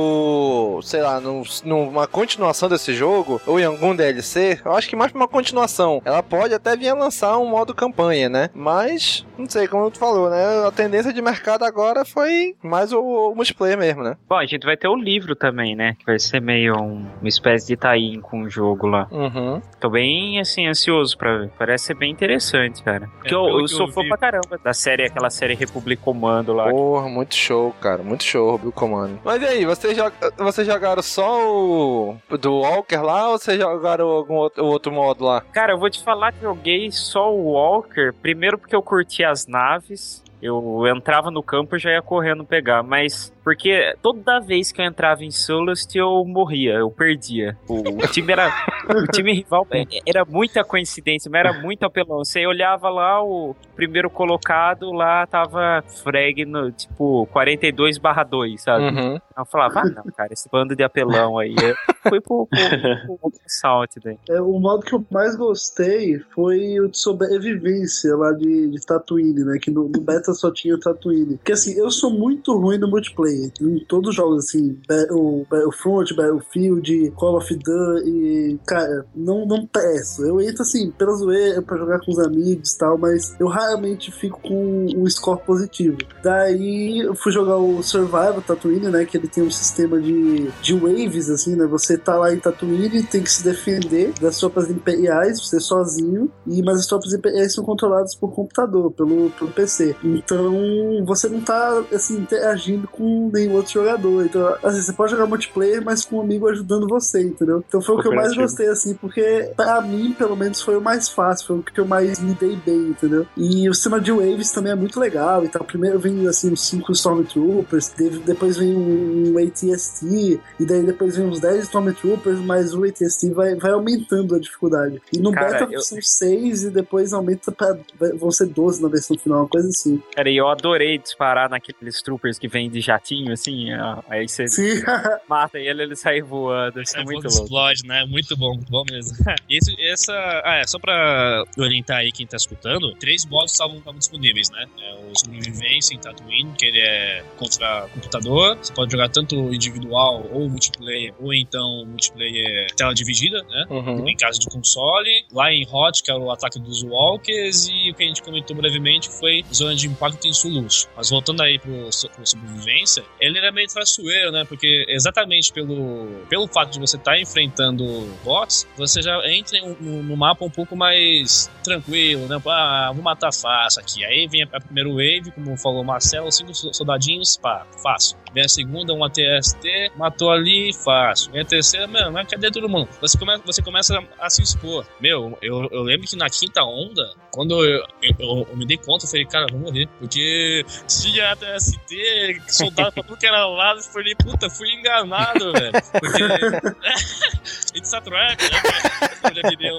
numa continuação desse jogo, ou em algum DLC, eu acho que mais pra uma continuação, ela pode até vir a lançar um modo campanha, né? Mas, não sei, como tu falou, né? A tendência de mercado agora foi mais o multiplayer mesmo, né? Bom, a gente vai ter o livro também, né? Que vai ser meio uma espécie de tie-in com o jogo lá. Tô bem, assim, ansioso pra ver. Parece ser bem interessante, cara. Porque eu sou fã pra caramba da série, aquela série Republic Commando lá. Porra, muito show, cara. Muito show, Republic Commando. Mas e aí, vocês jogaram só o do Walker lá ou vocês jogaram algum outro modo lá? Cara, eu vou te falar que joguei só o Walker, primeiro porque eu curti as naves. Eu entrava no campo e já ia correndo pegar, mas porque toda vez que eu entrava em Solust eu morria, eu perdia. O time rival era muita coincidência, mas era muito apelão. Você olhava lá, o primeiro colocado lá tava frag no tipo 42/2, sabe? Eu falava, não, cara, esse bando de apelão aí. Foi pro Salt daí. O modo que eu mais gostei foi o de sobrevivência lá de Tatooine, né? Que no beta só tinha Tatooine. Porque assim, eu sou muito ruim no multiplayer. Em todos os jogos, assim, o Battlefront, Battlefield, Call of Duty, e, cara, não peço. Eu entro assim, pela zoeira, pra jogar com os amigos e tal, mas eu raramente fico com um score positivo. Daí eu fui jogar o Survival Tatooine, né? Que ele tem um sistema de waves, assim, né? Você tá lá em Tatooine, tem que se defender das tropas imperiais, você sozinho, mas as tropas imperiais são controladas por computador, pelo PC. Então, você não tá, assim, interagindo com com nenhum outro jogador. Então, assim, você pode jogar multiplayer, mas com um amigo ajudando você, entendeu? Então foi o que eu mais gostei, assim, porque pra mim, pelo menos, foi o mais fácil, foi o que eu mais me dei bem, entendeu? E o sistema de waves também é muito legal e tal. Primeiro vem, assim, uns 5 Stormtroopers, depois vem um AT-ST, e daí depois vem uns 10 Stormtroopers, mas o AT-ST vai aumentando a dificuldade. E no beta são 6 e depois aumenta vão ser 12 na versão final, uma coisa assim. Cara, e eu adorei disparar naqueles troopers que vêm de jatinho, assim, aí você mata ele sai voando, isso é muito louco. Explode, né? Muito bom mesmo. Só pra orientar aí quem tá escutando, 3 modos estavam disponíveis, né? O Sobrevivência em Tatooine, que ele é contra computador, você pode jogar tanto individual ou multiplayer, ou então multiplayer tela dividida, né? Em caso de console. Lá em Hot, que era o ataque dos Walkers, e o que a gente comentou brevemente foi Zona de Impacto em Sulus. Mas voltando aí pro Sobrevivência, ele era meio traiçoeiro, né? Porque exatamente pelo fato de você estar enfrentando bots, você já entra no mapa um pouco mais tranquilo, né? Vou matar fácil aqui. Aí vem a primeira wave, como falou o Marcelo, 5 soldadinhos, fácil. Vem a segunda, um AT-ST, matou ali, fácil. Vem a terceira, mano, mas cadê todo mundo? Você começa a se expor. Eu lembro que na 5ª onda, quando eu me dei conta, eu falei, cara, eu vou morrer. Porque tinha AT-ST, soldado pra tudo que era lado, eu falei, puta, fui enganado, velho. Porque it's a trap, né?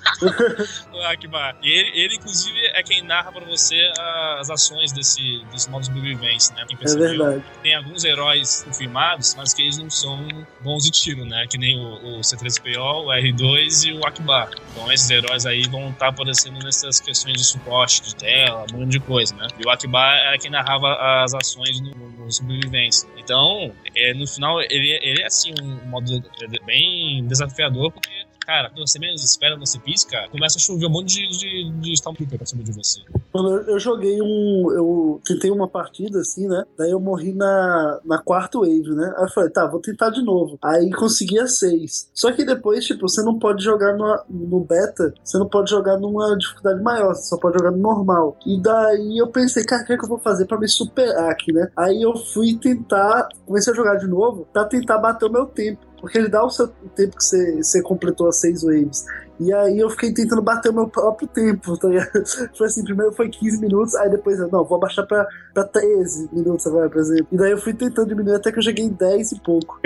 O Akbar. E ele, inclusive, é quem narra pra você as ações desse modo de sobrevivência, né? É verdade. Tem alguns heróis confirmados, mas que eles não são bons de tiro, né? Que nem o C3PO, o R2 e o Akbar. Então esses heróis aí vão estar aparecendo nessas questões de suporte de tela, um monte de coisa, né? E o Akbar era quem narrava as ações no sobrevivência. Então, no final, ele é assim um modo bem desafiador, porque cara, quando você menos espera, você pisca, começa a chover um monte de Stormtrooper pra cima de você. Quando eu joguei eu tentei uma partida assim, né? Daí eu morri na 4ª wave, né? Aí eu falei, tá, vou tentar de novo. Aí consegui a 6. Só que depois, tipo, você não pode jogar no beta, você não pode jogar numa dificuldade maior, você só pode jogar no normal. E daí eu pensei, cara, o que é que eu vou fazer pra me superar aqui, né? Aí eu fui comecei a jogar de novo pra tentar bater o meu tempo. Porque ele dá o tempo que você completou as 6 waves. E aí eu fiquei tentando bater o meu próprio tempo, tá ligado? Foi assim, primeiro foi 15 minutos, aí depois eu, não, vou abaixar pra 13 minutos agora, por exemplo. E daí eu fui tentando diminuir até que eu cheguei em 10 e pouco.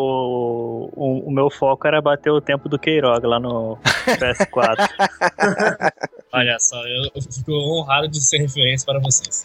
O meu foco era bater o tempo do Keirog lá no PS4. Olha só, eu fico honrado de ser referência para vocês.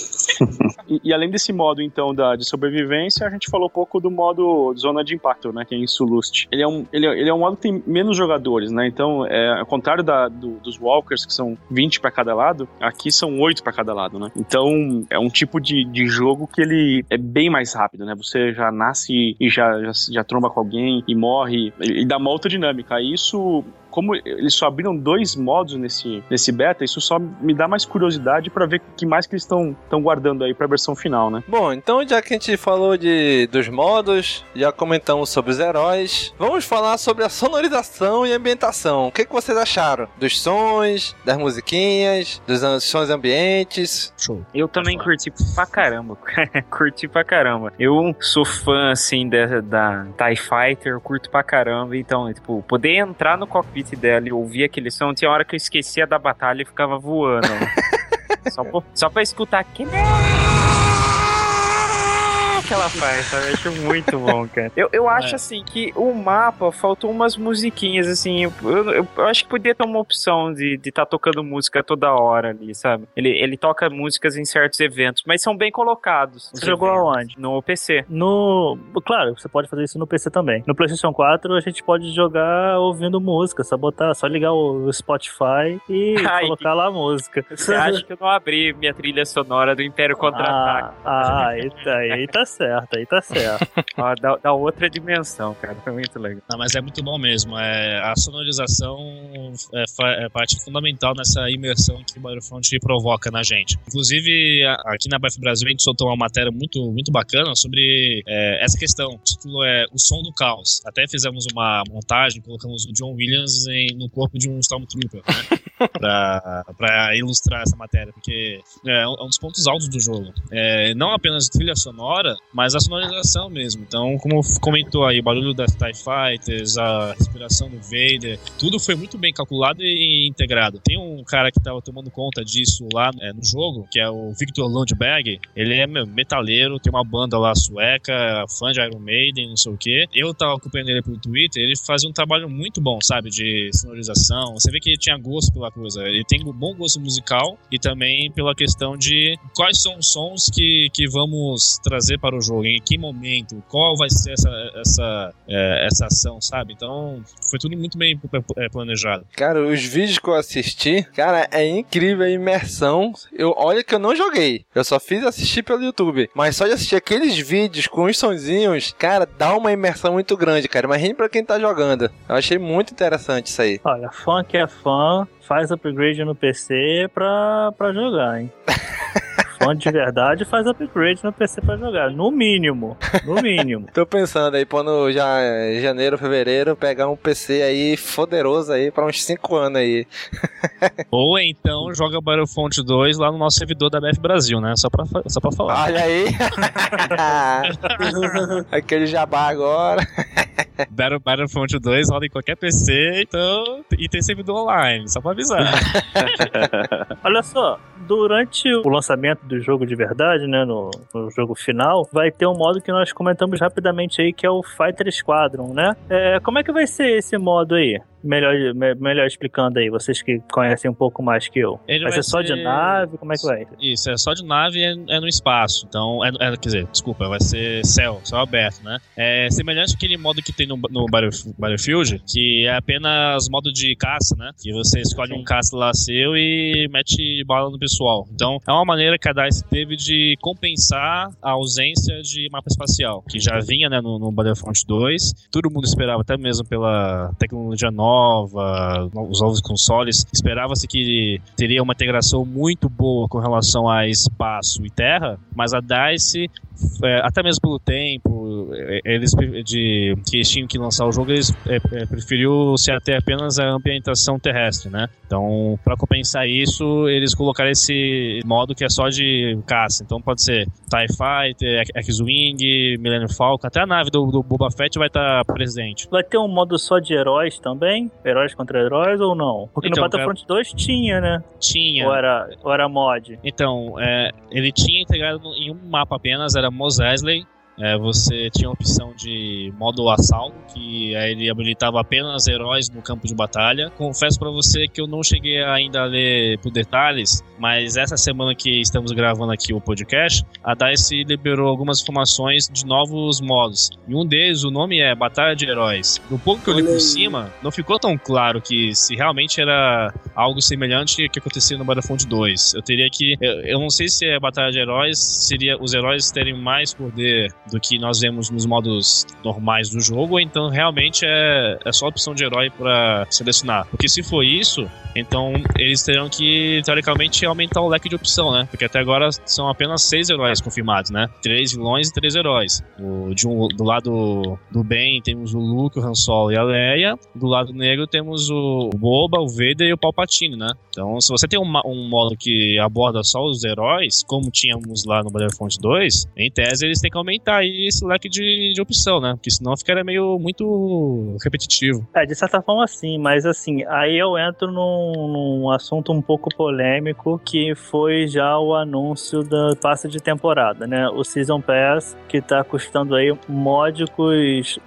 E além desse modo, então, de sobrevivência, a gente falou um pouco do modo Zona de Impacto, né, que é em Sulust. Ele é um modo que tem menos jogadores, né, então, ao contrário dos Walkers, que são 20 para cada lado, aqui são 8 para cada lado, né. Então, é um tipo de jogo que ele é bem mais rápido, né, você já nasce e já tromba com alguém e morre, e dá uma outra dinâmica. Isso... Como eles só abriram 2 modos nesse beta, isso só me dá mais curiosidade pra ver o que mais que eles estão guardando aí pra versão final, né? Bom, então já que a gente falou dos modos, já comentamos sobre os heróis, vamos falar sobre a sonorização e ambientação. O que vocês acharam? Dos sons, das musiquinhas, dos sons ambientes? Show. Eu também curti pra caramba. Curti pra caramba. Eu sou fã, assim, da TIE Fighter, eu curto pra caramba. Então, tipo, poder entrar no cockpit dela e ouvir aquele som, tinha hora que eu esquecia da batalha e ficava voando. Só pra escutar aquele... que ela faz, sabe? Eu acho muito bom, cara. Eu acho, assim, que o mapa faltou umas musiquinhas, assim, eu acho que podia ter uma opção de tá tocando música toda hora ali, sabe? Ele toca músicas em certos eventos, mas são bem colocados. Você jogou aonde? No PC. Claro, você pode fazer isso no PC também. No PlayStation 4 a gente pode jogar ouvindo música, só ligar o Spotify e colocar lá a música. Você acha que eu não abri minha trilha sonora do Império Contra-Ataque? Aí tá certo, aí tá certo. Dá outra dimensão, cara. Foi muito legal. Não, mas é muito bom mesmo. A sonorização é parte fundamental nessa imersão que o Battlefront provoca na gente. Inclusive, aqui na BF Brasil, a gente soltou uma matéria muito, muito bacana sobre essa questão. O título é O Som do Caos. Até fizemos uma montagem, colocamos o John Williams no corpo de um Stormtrooper, né? pra ilustrar essa matéria, porque é um dos pontos altos do jogo. Não apenas trilha sonora, mas a sonorização mesmo. Então, como comentou aí, o barulho das TIE Fighters, a respiração do Vader, tudo foi muito bem calculado e integrado. Tem um cara que tava tomando conta disso lá no jogo, que é o Victor Lundberg. Ele é metaleiro, tem uma banda lá sueca, fã de Iron Maiden, não sei o quê. Eu tava acompanhando ele pelo Twitter, ele fazia um trabalho muito bom, sabe, de sonorização. Você vê que ele tinha gosto pela coisa. Ele tem um bom gosto musical e também pela questão de quais são os sons que vamos trazer para o jogo, em que momento, qual vai ser essa ação, sabe? Então, foi tudo muito bem planejado. Cara, os vídeos que eu assisti, cara, é incrível a imersão. Olha que eu não joguei, eu só fiz assistir pelo YouTube, mas só de assistir aqueles vídeos com os sonzinhos, cara, dá uma imersão muito grande, cara. Imagine pra quem tá jogando. Eu achei muito interessante isso aí. Olha, fã que é fã, faz upgrade no PC pra jogar, hein? Fã de verdade faz upgrade no PC pra jogar, no mínimo. Tô pensando aí, no janeiro, fevereiro, pegar um PC aí foderoso aí pra uns 5 anos aí. Ou então joga Battlefront 2 lá no nosso servidor da BF Brasil, né? Só pra falar. Olha aí. Aquele jabá agora. Battlefront 2 roda em qualquer PC, então, e tem servidor online, só pra avisar. Olha só, durante o lançamento do jogo de verdade, né, no jogo final, vai ter um modo que nós comentamos rapidamente aí, que é o Fighter Squadron, né? Como é que vai ser esse modo aí? Melhor explicando aí, vocês que conhecem um pouco mais que eu. Vai ser só de nave? Como é que vai? Isso, é só de nave e é no espaço. Então, quer dizer, desculpa, vai ser céu aberto, né? É semelhante àquele modo que tem no Battlefield, que é apenas modo de caça, né? Que você escolhe um caça lá seu e mete bala no pessoal. Então, é uma maneira que a DICE teve de compensar a ausência de mapa espacial, que já vinha, né, no Battlefront 2. Todo mundo esperava, até mesmo pela tecnologia nova, os novos consoles, esperava-se que teria uma integração muito boa com relação a espaço e terra, mas a DICE, até mesmo pelo tempo, eles que tinham que lançar o jogo, eles preferiu se ater apenas à ambientação terrestre, né? Então, para compensar isso, eles colocaram esse modo que é só de caça. Então pode ser TIE Fighter, X-Wing, Millennium Falcon, até a nave do Boba Fett vai estar presente. Vai ter um modo só de heróis também? Heróis contra heróis ou não? Porque então, no Battlefront 2 tinha, né? Tinha. Ou era mod? Então, ele tinha integrado em um mapa apenas, era Mos Eisley. Você tinha a opção de modo assalto, que aí ele habilitava apenas heróis no campo de batalha. Confesso pra você que eu não cheguei ainda a ler por detalhes, mas essa semana que estamos gravando aqui o podcast, a DICE liberou algumas informações de novos modos. E um deles, o nome é Batalha de Heróis. No pouco que eu li por cima, não ficou tão claro que se realmente era algo semelhante que acontecia no Battlefront 2. Eu não sei se é Batalha de Heróis, seria os heróis terem mais poder do que nós vemos nos modos normais do jogo, ou então realmente é só opção de herói pra selecionar. Porque se for isso, então eles terão que, teoricamente, aumentar o leque de opção, né? Porque até agora são apenas 6 heróis confirmados, né? 3 vilões e 3 heróis. Do lado do bem temos o Luke, o Han Solo e a Leia. Do lado negro temos o Boba, o Vader e o Palpatine, né? Então, se você tem um modo que aborda só os heróis, como tínhamos lá no Battlefront 2, em tese eles têm que aumentar aí esse leque de opção, né? Porque senão ficaria muito repetitivo. De certa forma sim, mas assim, aí eu entro num assunto um pouco polêmico, que foi já o anúncio da passe de temporada, né? O Season Pass, que tá custando aí módicos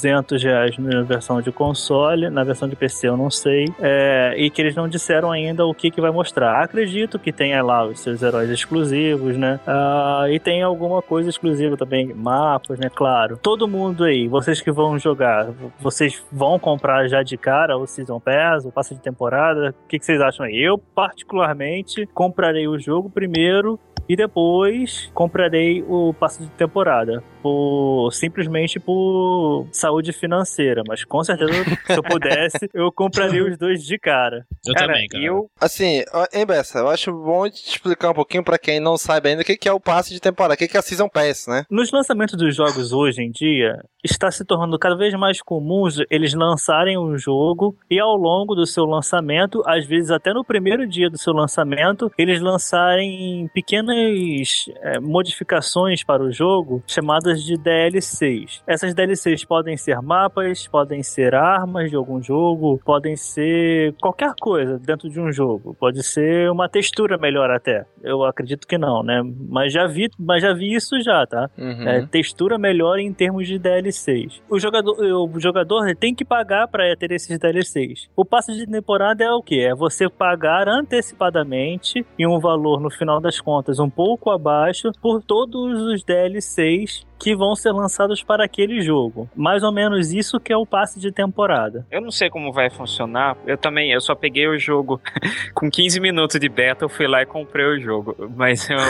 R$200 na versão de console, na versão de PC eu não sei, e que eles não disseram ainda o que vai mostrar. Acredito que tenha lá os seus heróis exclusivos, né? E tem alguma coisa exclusiva também, mapas, né? Claro. Todo mundo aí, vocês que vão jogar, vocês vão comprar já de cara o Season Pass, o passe de temporada? O que vocês acham aí? Eu, particularmente, comprarei o jogo primeiro e depois comprarei o passe de temporada. Simplesmente por saúde financeira. Mas com certeza, se eu pudesse, eu compraria os dois de cara. Eu também, cara. Assim, hein, Bessa, eu acho bom te explicar um pouquinho pra quem não sabe ainda o que é o passe de temporada, o que é a Season Pass, né? Nos lançamentos dos jogos hoje em dia, está se tornando cada vez mais comum eles lançarem um jogo e ao longo do seu lançamento, às vezes até no primeiro dia do seu lançamento, eles lançarem pequenas modificações para o jogo chamadas de DLCs. Essas DLCs podem ser mapas, podem ser armas de algum jogo, podem ser qualquer coisa dentro de um jogo. Pode ser uma textura melhor até. Eu acredito que não, né? Mas já vi isso já, tá? Uhum. Textura melhor em termos de DLCs. O jogador tem que pagar para ter esses DLCs. O passe de temporada é o quê? É você pagar antecipadamente em um valor, no final das contas, um pouco abaixo por todos os DLCs que vão ser lançados para aquele jogo. Mais ou menos isso que é o passe de temporada. Eu não sei como vai funcionar. Eu só peguei o jogo com 15 minutos de beta, eu fui lá e comprei o jogo. Mas eu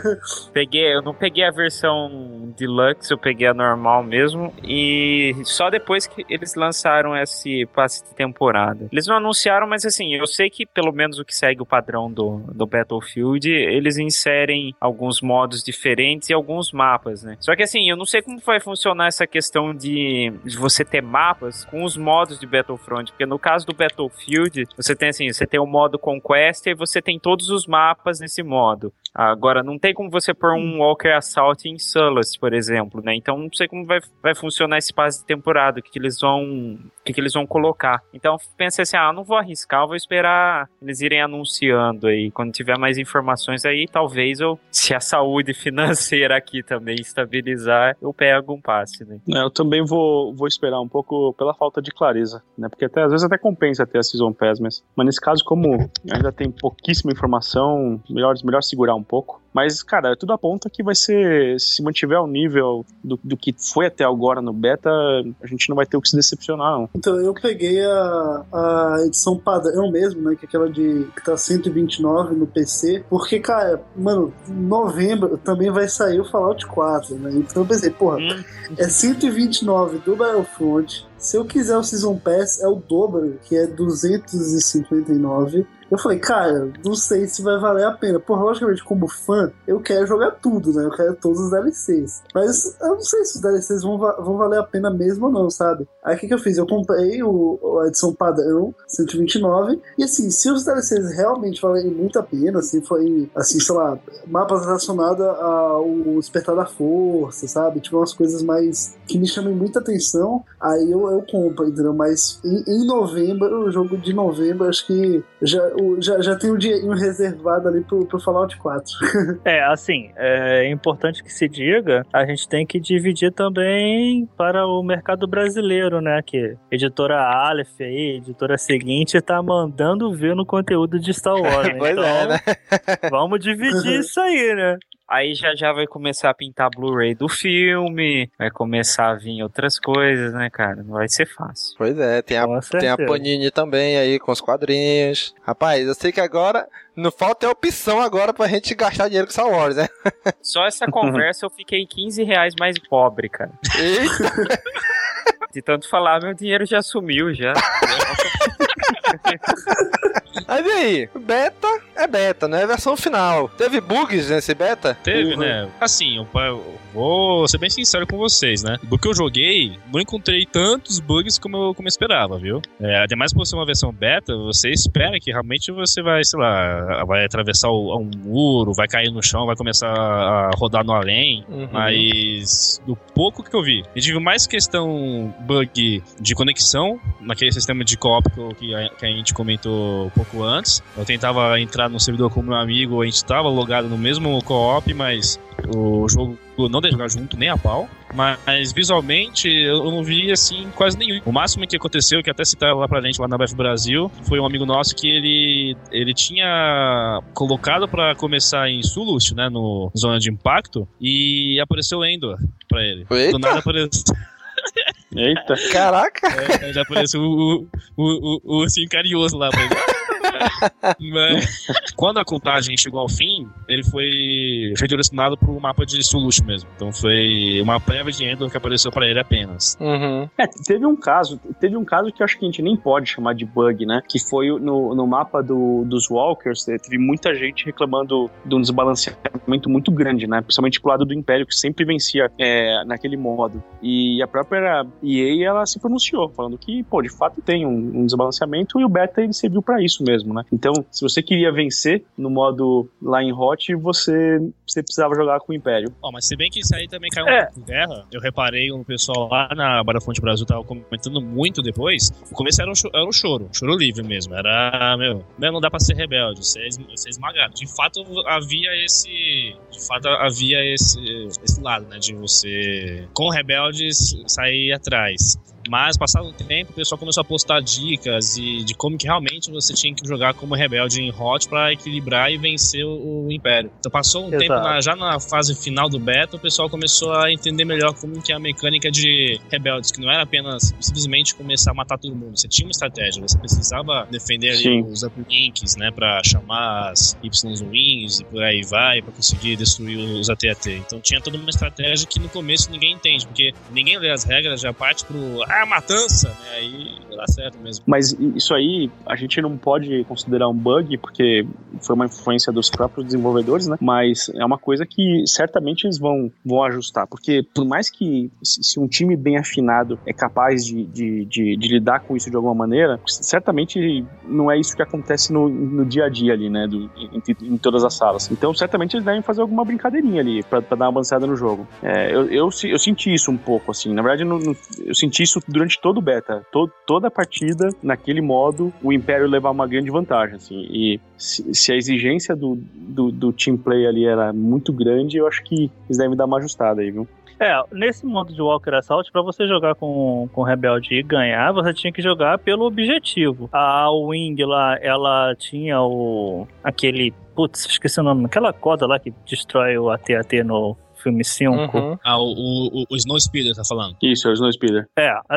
não peguei a versão Deluxe, eu peguei a normal mesmo. E só depois que eles lançaram esse passe de temporada. Eles não anunciaram, mas assim, eu sei que pelo menos o que segue o padrão do Battlefield, eles inserem alguns modos diferentes e alguns mapas, né? Só que assim, eu não sei como vai funcionar essa questão de você ter mapas com os modos de Battlefront, porque no caso do Battlefield, você tem o modo Conquest e você tem todos os mapas nesse modo. Agora, não tem como você pôr um Walker Assault em Sullust, por exemplo, né? Então, não sei como vai funcionar esse passe de temporada, o que eles vão colocar. Então, pensei assim, não vou arriscar, eu vou esperar eles irem anunciando aí. Quando tiver mais informações aí, talvez se a saúde financeira aqui também estabilizar, eu pego um passe, né? Eu também vou esperar um pouco pela falta de clareza, né? Porque às vezes até compensa ter a Season Pass, mas nesse caso, como ainda tem pouquíssima informação, melhor segurar um pouco. Mas, cara, tudo aponta que vai ser, se mantiver ao nível do que foi até agora no beta, a gente não vai ter o que se decepcionar, não. Então, eu peguei a edição padrão mesmo, né, que é aquela que tá 129 no PC, porque, cara, mano, em novembro também vai sair o Fallout 4, né, então eu pensei, porra, é 129 do Battlefront, se eu quiser o Season Pass é o dobro, que é 259. Eu falei, cara, não sei se vai valer a pena. Porra, logicamente, como fã, eu quero jogar tudo, né? Eu quero todos os DLCs. Mas eu não sei se os DLCs vão valer a pena mesmo ou não, sabe? Aí o que eu fiz? Eu comprei a edição padrão, 129. E assim, se os DLCs realmente valerem muito a pena, assim, foi, assim, sei lá, mapas relacionados ao Despertar da Força, sabe? Tipo, umas coisas mais que me chamem muita atenção, aí eu compro, entendeu? Mas em novembro, o jogo de novembro, acho que já tem um dinheirinho reservado ali pro Fallout 4. Assim, é importante que se diga, a gente tem que dividir também para o mercado brasileiro, né? Que editora Aleph aí, editora seguinte, tá mandando ver no conteúdo de Star Wars, né? Pois então, né? Vamos dividir isso aí, né? Aí já vai começar a pintar Blu-ray do filme, vai começar a vir outras coisas, né, cara? Não vai ser fácil. Pois é, tem a Panini também aí com os quadrinhos. Rapaz, eu sei que agora não falta opção agora pra gente gastar dinheiro com Star Wars, né? Só essa conversa eu fiquei R$15 mais pobre, cara. Eita! De tanto falar, meu dinheiro já sumiu, já. Mas e aí? Beta é beta, não é versão final. Teve bugs nesse beta? Teve, né? Assim, eu vou ser bem sincero com vocês, né? Do que eu joguei, não encontrei tantos bugs como eu esperava, viu? Ademais, por ser uma versão beta, você espera que realmente você vai, sei lá, vai atravessar um muro, vai cair no chão, vai começar a rodar no além. Uhum. Mas do pouco que eu vi, eu tive mais questão bug de conexão naquele sistema de co-op que a gente comentou um pouco antes. Eu tentava entrar no servidor com meu amigo, a gente estava logado no mesmo co-op, mas o jogo não deixa jogar junto, nem a pau. Mas visualmente eu não vi assim quase nenhum. O máximo que aconteceu, que até citaram lá pra gente lá na BF Brasil, foi um amigo nosso que ele tinha colocado pra começar em Sullust, né, no Zona de Impacto, e apareceu Endor pra ele. Eita. Do nada apareceu. Eita. Caraca! Já apareceu o ursinho carinhoso lá pra ele. Quando a contagem chegou ao fim, ele foi redirecionado pro mapa de Sulush mesmo. Então foi uma prévia de Endor que apareceu pra ele apenas. Uhum. Teve um caso que eu acho que a gente nem pode chamar de bug, né? Que foi no mapa dos Walkers, teve muita gente reclamando de um desbalanceamento muito grande, né? Principalmente pro lado do Império, que sempre vencia naquele modo. E a própria EA, ela se pronunciou, falando que, pô, de fato tem um desbalanceamento, e o beta, ele serviu pra isso mesmo, né? Então, se você queria vencer no modo lá em Hot, você precisava jogar com o Império. Mas se bem que isso aí também caiu um pouco em guerra, eu reparei o pessoal lá na Battlefront Brasil tava comentando muito depois. O começo era um choro livre mesmo. Era, não dá pra ser rebelde, ser esmagado. De fato havia esse lado, né, de você, com rebeldes, sair atrás. Mas, passado um tempo, o pessoal começou a postar dicas de como que realmente você tinha que jogar como rebelde em Hot pra equilibrar e vencer o Império. Então passou um tempo, já na fase final do beta, o pessoal começou a entender melhor como que é a mecânica de rebeldes, que não era apenas simplesmente começar a matar todo mundo. Você tinha uma estratégia, você precisava defender ali os uplinks, né, pra chamar as Y-Wings e por aí vai, pra conseguir destruir os AT-AT. Então tinha toda uma estratégia que no começo ninguém entende, porque ninguém lê as regras, já parte pro matança, né? Aí não dá certo mesmo. Mas isso aí, a gente não pode considerar um bug, porque foi uma influência dos próprios desenvolvedores, né? Mas é uma coisa que certamente eles vão ajustar, porque por mais que se um time bem afinado é capaz de lidar com isso de alguma maneira, certamente não é isso que acontece no dia a dia ali, né? Em todas as salas. Então, certamente eles devem fazer alguma brincadeirinha ali pra dar uma avançada no jogo. Eu senti isso um pouco, assim. Na verdade, eu senti isso durante todo o beta. Toda a partida, naquele modo, o Império levava uma grande vantagem, assim. E se a exigência do team play ali era muito grande, eu acho que eles devem dar uma ajustada aí, viu? Nesse modo de Walker Assault, pra você jogar com Rebelde e ganhar, você tinha que jogar pelo objetivo. A Wing lá, ela tinha aquele... Putz, esqueci o nome. Aquela coda lá que destrói o AT-AT no filme 5. Uhum. O Snowspeeder tá falando. Isso, é o Snowspeeder.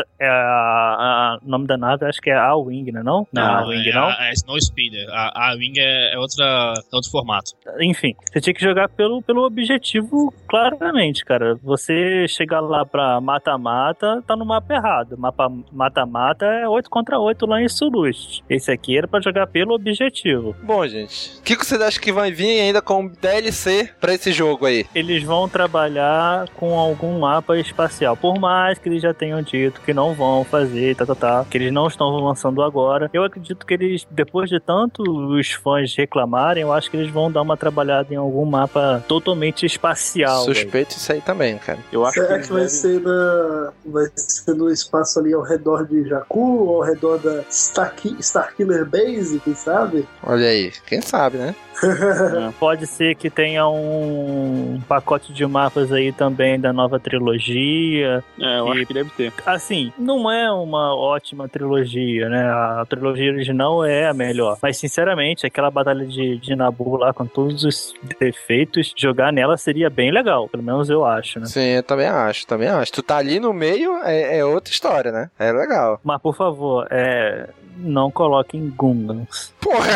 O nome da nave acho que é a Wing, né? Não, a Wing não. É Snowspeeder. A Wing é outro formato. Enfim, você tinha que jogar pelo objetivo claramente, cara. Você chegar lá pra mata-mata, tá no mapa errado. Mata-mata é 8 contra 8 lá em Sulush. Esse aqui era pra jogar pelo objetivo. Bom, gente, o que você acha que vai vir ainda com DLC pra esse jogo aí? Eles vão trabalhar com algum mapa espacial, por mais que eles já tenham dito que não vão fazer, que eles não estão lançando agora. Eu acredito que eles, depois de tanto os fãs reclamarem, eu acho que eles vão dar uma trabalhada em algum mapa totalmente espacial. Suspeito isso aí também, cara. Eu acho que vai ser no espaço ali ao redor de Jakku, ou ao redor da Starkiller Base, quem sabe? Olha aí, quem sabe, né? Pode ser que tenha um pacote de mapas aí também da nova trilogia. Eu acho que deve ter. Assim, não é uma ótima trilogia, né? A trilogia original é a melhor. Mas, sinceramente, aquela batalha de Naboo lá, com todos os defeitos, jogar nela seria bem legal. Pelo menos eu acho, né? Sim, eu também acho. Tu tá ali no meio, é outra história, né? É legal. Mas, por favor, não coloquem Gungans. Porra!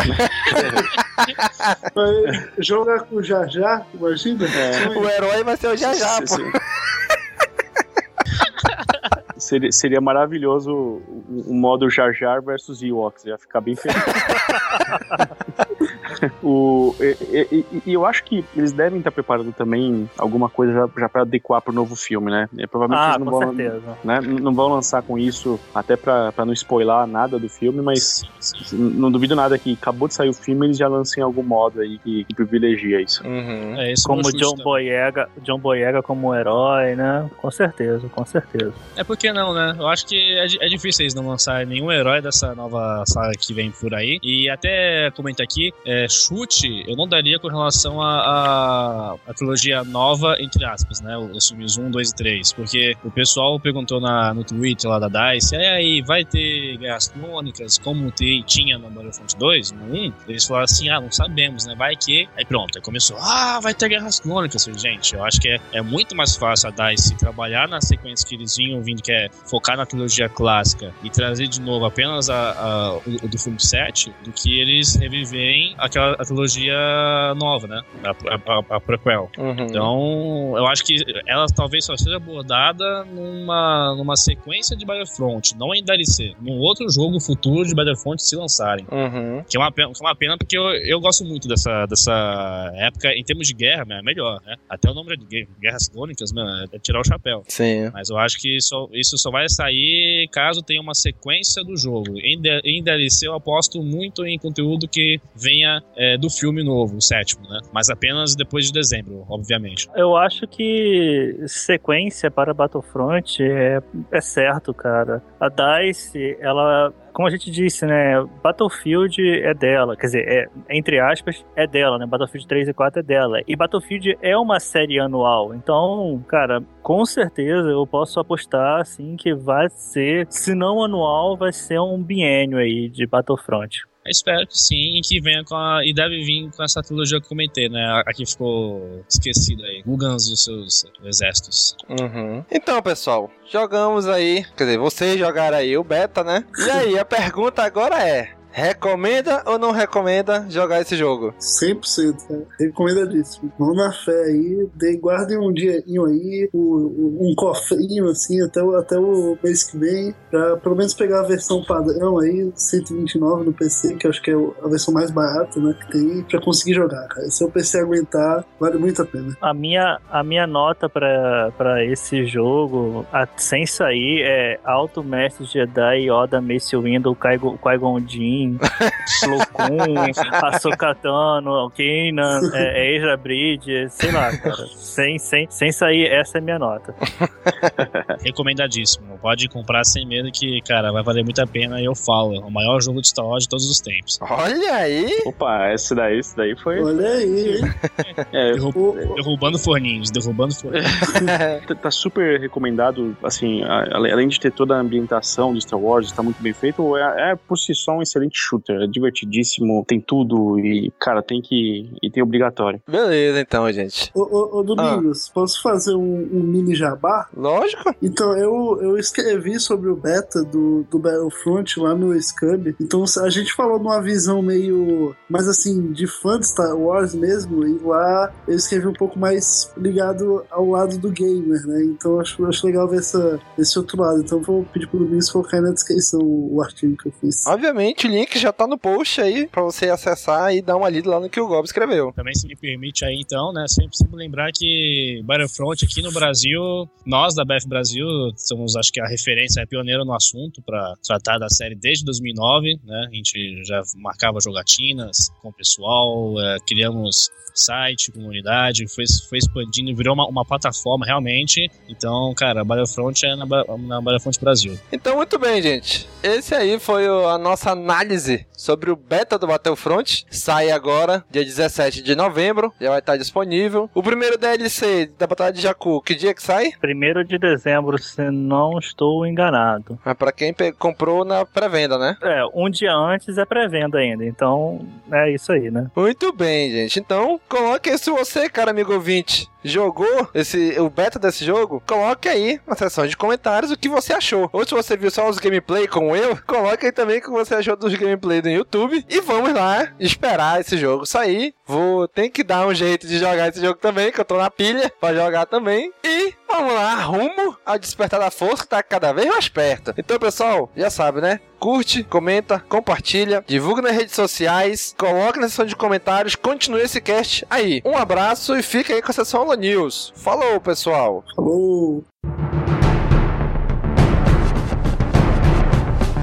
Jogar com o Jar Jar, imagina? O herói vai ser o Jar Jar, pô. Seria maravilhoso o modo Jar Jar versus Ewoks. Ia ficar bem feliz. E eu acho que eles devem estar preparando também alguma coisa já para adequar pro novo filme, né? Provavelmente eles não vão lançar com isso, até para não spoiler nada do filme, mas não duvido nada que acabou de sair o filme, eles já lancem algum modo aí que privilegia isso. Uhum. Como John Boyega como herói, né? Com certeza. É porque não, né? Eu acho que é difícil eles não lançarem nenhum herói dessa nova saga que vem por aí. E até comenta aqui, chute, eu não daria com relação a trilogia nova, entre aspas, né? Os filmes 1, 2 e 3. Porque o pessoal perguntou no Twitter lá da DICE, aí vai ter Guerras Clônicas, como tinha no Battlefront 2, no 1? Eles falaram assim, não sabemos, né? Vai que... Aí pronto, aí começou, vai ter Guerras Clônicas. Gente, eu acho que é muito mais fácil a DICE trabalhar na sequência que eles vinham vindo, que é focar na trilogia clássica e trazer de novo apenas o do filme 7, do que eles reviverem a trilogia nova, né? A prequel. Então, eu acho que ela talvez só seja abordada numa sequência de Battlefront, não em DLC, num outro jogo futuro de Battlefront se lançarem. Que é uma pena porque eu gosto muito dessa época, em termos de guerra, é melhor, né? Até o nome de Guerras Clônicas, é tirar o chapéu. Sim. Mas eu acho que isso só vai sair caso tenha uma sequência do jogo. Em DLC eu aposto muito em conteúdo que venha do filme novo, o 7º, né? Mas apenas depois de dezembro, obviamente. Eu acho que sequência para Battlefront é certo, cara. A DICE, ela... Como a gente disse, né, Battlefield é dela, quer dizer, entre aspas, é dela, né, Battlefield 3 e 4 é dela, e Battlefield é uma série anual, então, cara, com certeza eu posso apostar, assim, que vai ser, se não anual, vai ser um biênio aí de Battlefront. Eu espero que sim, e que venha e deve vir com essa trilogia que eu comentei, né? Aqui ficou esquecido aí. Gugans e os seus exércitos. Então, pessoal, jogamos aí, quer dizer, vocês jogaram aí o beta, né? E aí, a pergunta agora é: recomenda ou não recomenda jogar esse jogo? 100%, cara. Recomendadíssimo. Vão na fé aí, guardem um dinheirinho aí, um cofrinho assim, até o mês que vem, pra pelo menos pegar a versão padrão aí, 129 no PC, que eu acho que é a versão mais barata, né, que tem, pra conseguir jogar, cara. Se o PC aguentar, vale muito a pena. A minha nota pra esse jogo, sem sair, é Alto Mestre Jedi, Yoda, Mace Windu, Qui-Gon Jinn, Plo Koon, Ahsoka Tano, Kanan, Ezra Bridger, sei lá, cara. Sem sair, essa é minha nota. Recomendadíssimo. Pode comprar sem medo que, cara, vai valer muito a pena. E eu falo, é o maior jogo de Star Wars de todos os tempos. Olha aí! Opa, esse daí foi... Olha aí, hein? Derrubando forninhos. Tá super recomendado, assim, além de ter toda a ambientação de Star Wars, tá muito bem feito, é por si só um excelente shooter, é divertidíssimo, tem tudo e, cara, tem obrigatório. Beleza, então, gente. Ô Domingos, posso fazer um mini jabá? Lógico. Então, eu escrevi sobre o beta do Battlefront lá no Scub, então a gente falou numa visão meio, mais assim, de fã de Star Wars mesmo, e lá eu escrevi um pouco mais ligado ao lado do gamer, né, então acho legal ver esse outro lado, então vou pedir pro Domingos colocar aí na descrição o artigo que eu fiz. Obviamente, o link já tá no post aí pra você acessar e dar uma lida lá no que o Gob escreveu. Também, se me permite aí, então, né, sempre lembrar que Battlefront aqui no Brasil, nós da BF Brasil somos, acho que a referência, pioneira no assunto pra tratar da série desde 2009, né, a gente já marcava jogatinas com o pessoal, criamos site, comunidade, foi expandindo e virou uma plataforma realmente. Então, cara, Battlefront é na Battlefront Brasil. Então, muito bem, gente. Esse aí foi a nossa análise sobre o beta do Battlefront. Sai agora, dia 17 de novembro, já vai estar disponível. O primeiro DLC da Batalha de Jakku, que dia que sai? 1º de dezembro, se não estou enganado. Mas pra quem comprou na pré-venda, né? Um dia antes é pré-venda ainda, então é isso aí, né? Muito bem, gente. Então, coloque aí, se você, cara amigo ouvinte, jogou o beta desse jogo, coloque aí na seção de comentários o que você achou. Ou se você viu só os gameplay como eu, coloque aí também o que você achou dos gameplay do YouTube. E vamos lá esperar esse jogo sair. Tem que dar um jeito de jogar esse jogo também, que eu tô na pilha pra jogar também. E vamos lá, rumo ao despertar da força, que tá cada vez mais perto. Então, pessoal, já sabe, né? Curte, comenta, compartilha, divulga nas redes sociais, coloca na seção de comentários, continue esse cast aí. Um abraço e fica aí com a seção Holo News. Falou, pessoal. Falou.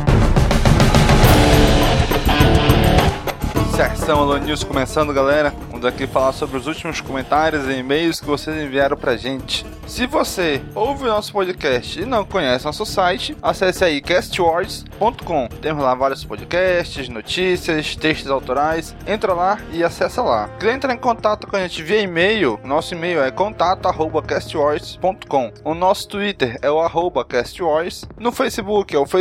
Seção Holo News começando, galera. Um Vamos aqui falar sobre os últimos comentários e e-mails que vocês enviaram pra gente. Se você ouve o nosso podcast e não conhece nosso site, acesse aí castwars.com. Temos lá vários podcasts, notícias, textos autorais. Entra lá e acessa lá. Quer entrar em contato com a gente via e-mail? Nosso e-mail é contato@castwars.com. O nosso Twitter é o @castwars. No Facebook é o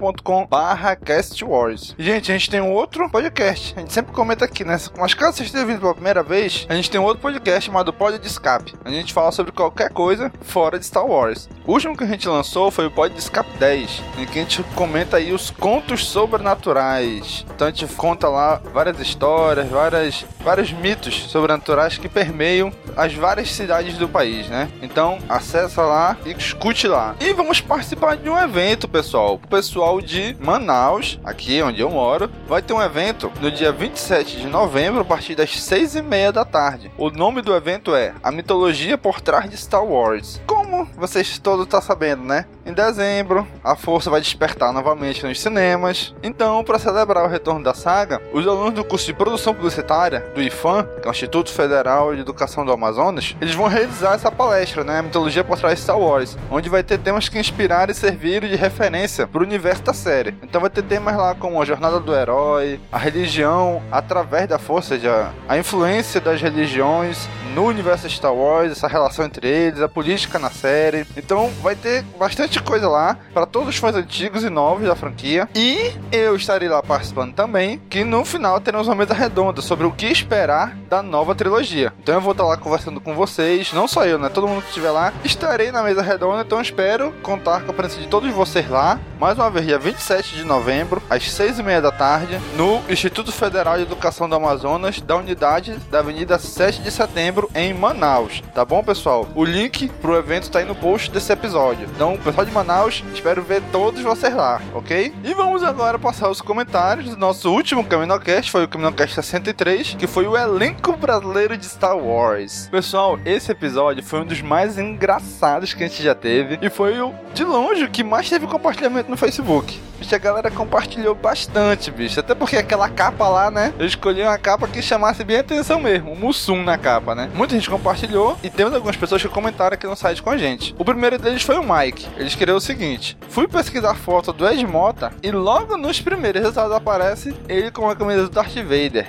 facebook.com/castwars. Gente, a gente tem um outro podcast. A gente sempre comenta aqui, né? Mas caso vocês tenham vindo pela primeira vez, a gente tem um outro podcast chamado Pod de Escape. A gente fala sobre qualquer coisa fora de Star Wars. O último que a gente lançou foi o Pod de Escape 10, em que a gente comenta aí os contos sobrenaturais. Então a gente conta lá várias histórias, vários mitos sobrenaturais que permeiam as várias cidades do país, né? Então acessa lá e escute lá. E vamos participar de um evento, pessoal. O pessoal de Manaus, aqui onde eu moro, vai ter um evento no dia 27 de novembro, a partir das 6h30 da tarde. O nome do evento é A Mitologia por Trás de Star Wars. Como vocês todos estão sabendo, né? Em dezembro, a Força vai despertar novamente nos cinemas. Então, para celebrar o retorno da saga, os alunos do curso de produção publicitária do IFAM, que é o Instituto Federal de Educação do Amazonas, eles vão realizar essa palestra, né? A Mitologia por Trás de Star Wars, onde vai ter temas que inspiraram e serviram de referência para o universo da série. Então vai ter temas lá como a jornada do herói, a religião através da Força, ou seja, a influência das religiões no universo Star Wars, essa relação entre eles, a política na série. Então vai ter bastante coisa lá para todos os fãs antigos e novos da franquia. E eu estarei lá participando também, que no final teremos uma mesa redonda sobre o que esperar da nova trilogia. Então eu vou estar lá conversando com vocês, não só eu, né? Todo mundo que estiver lá, estarei na mesa redonda, então espero contar com a presença de todos vocês lá. Mais uma vez, dia 27 de novembro, às 6h30 da tarde, no Instituto Federal de Educação do Amazonas, da unidade da Avenida 7 de Setembro, em Manaus. Tá bom, pessoal? O link pro evento tá aí no post desse episódio. Então, pessoal de Manaus, espero ver todos vocês lá, ok? E vamos agora passar os comentários do nosso último Caminocast, foi o Caminocast 63, que foi o elenco brasileiro de Star Wars. Pessoal, esse episódio foi um dos mais engraçados que a gente já teve e foi o, de longe, o que mais teve compartilhamento no Facebook. Bicho, a galera compartilhou bastante, bicho. Até porque aquela capa lá, né? Eu escolhi uma capa que chamasse bem a atenção mesmo. O Mussum na capa, né? Muita gente compartilhou e temos algumas pessoas que comentaram aqui no site com a gente. O primeiro deles foi o Mike. Ele escreveu o seguinte: fui pesquisar foto do Ed Mota e logo nos primeiros resultados aparece ele com a camisa do Darth Vader.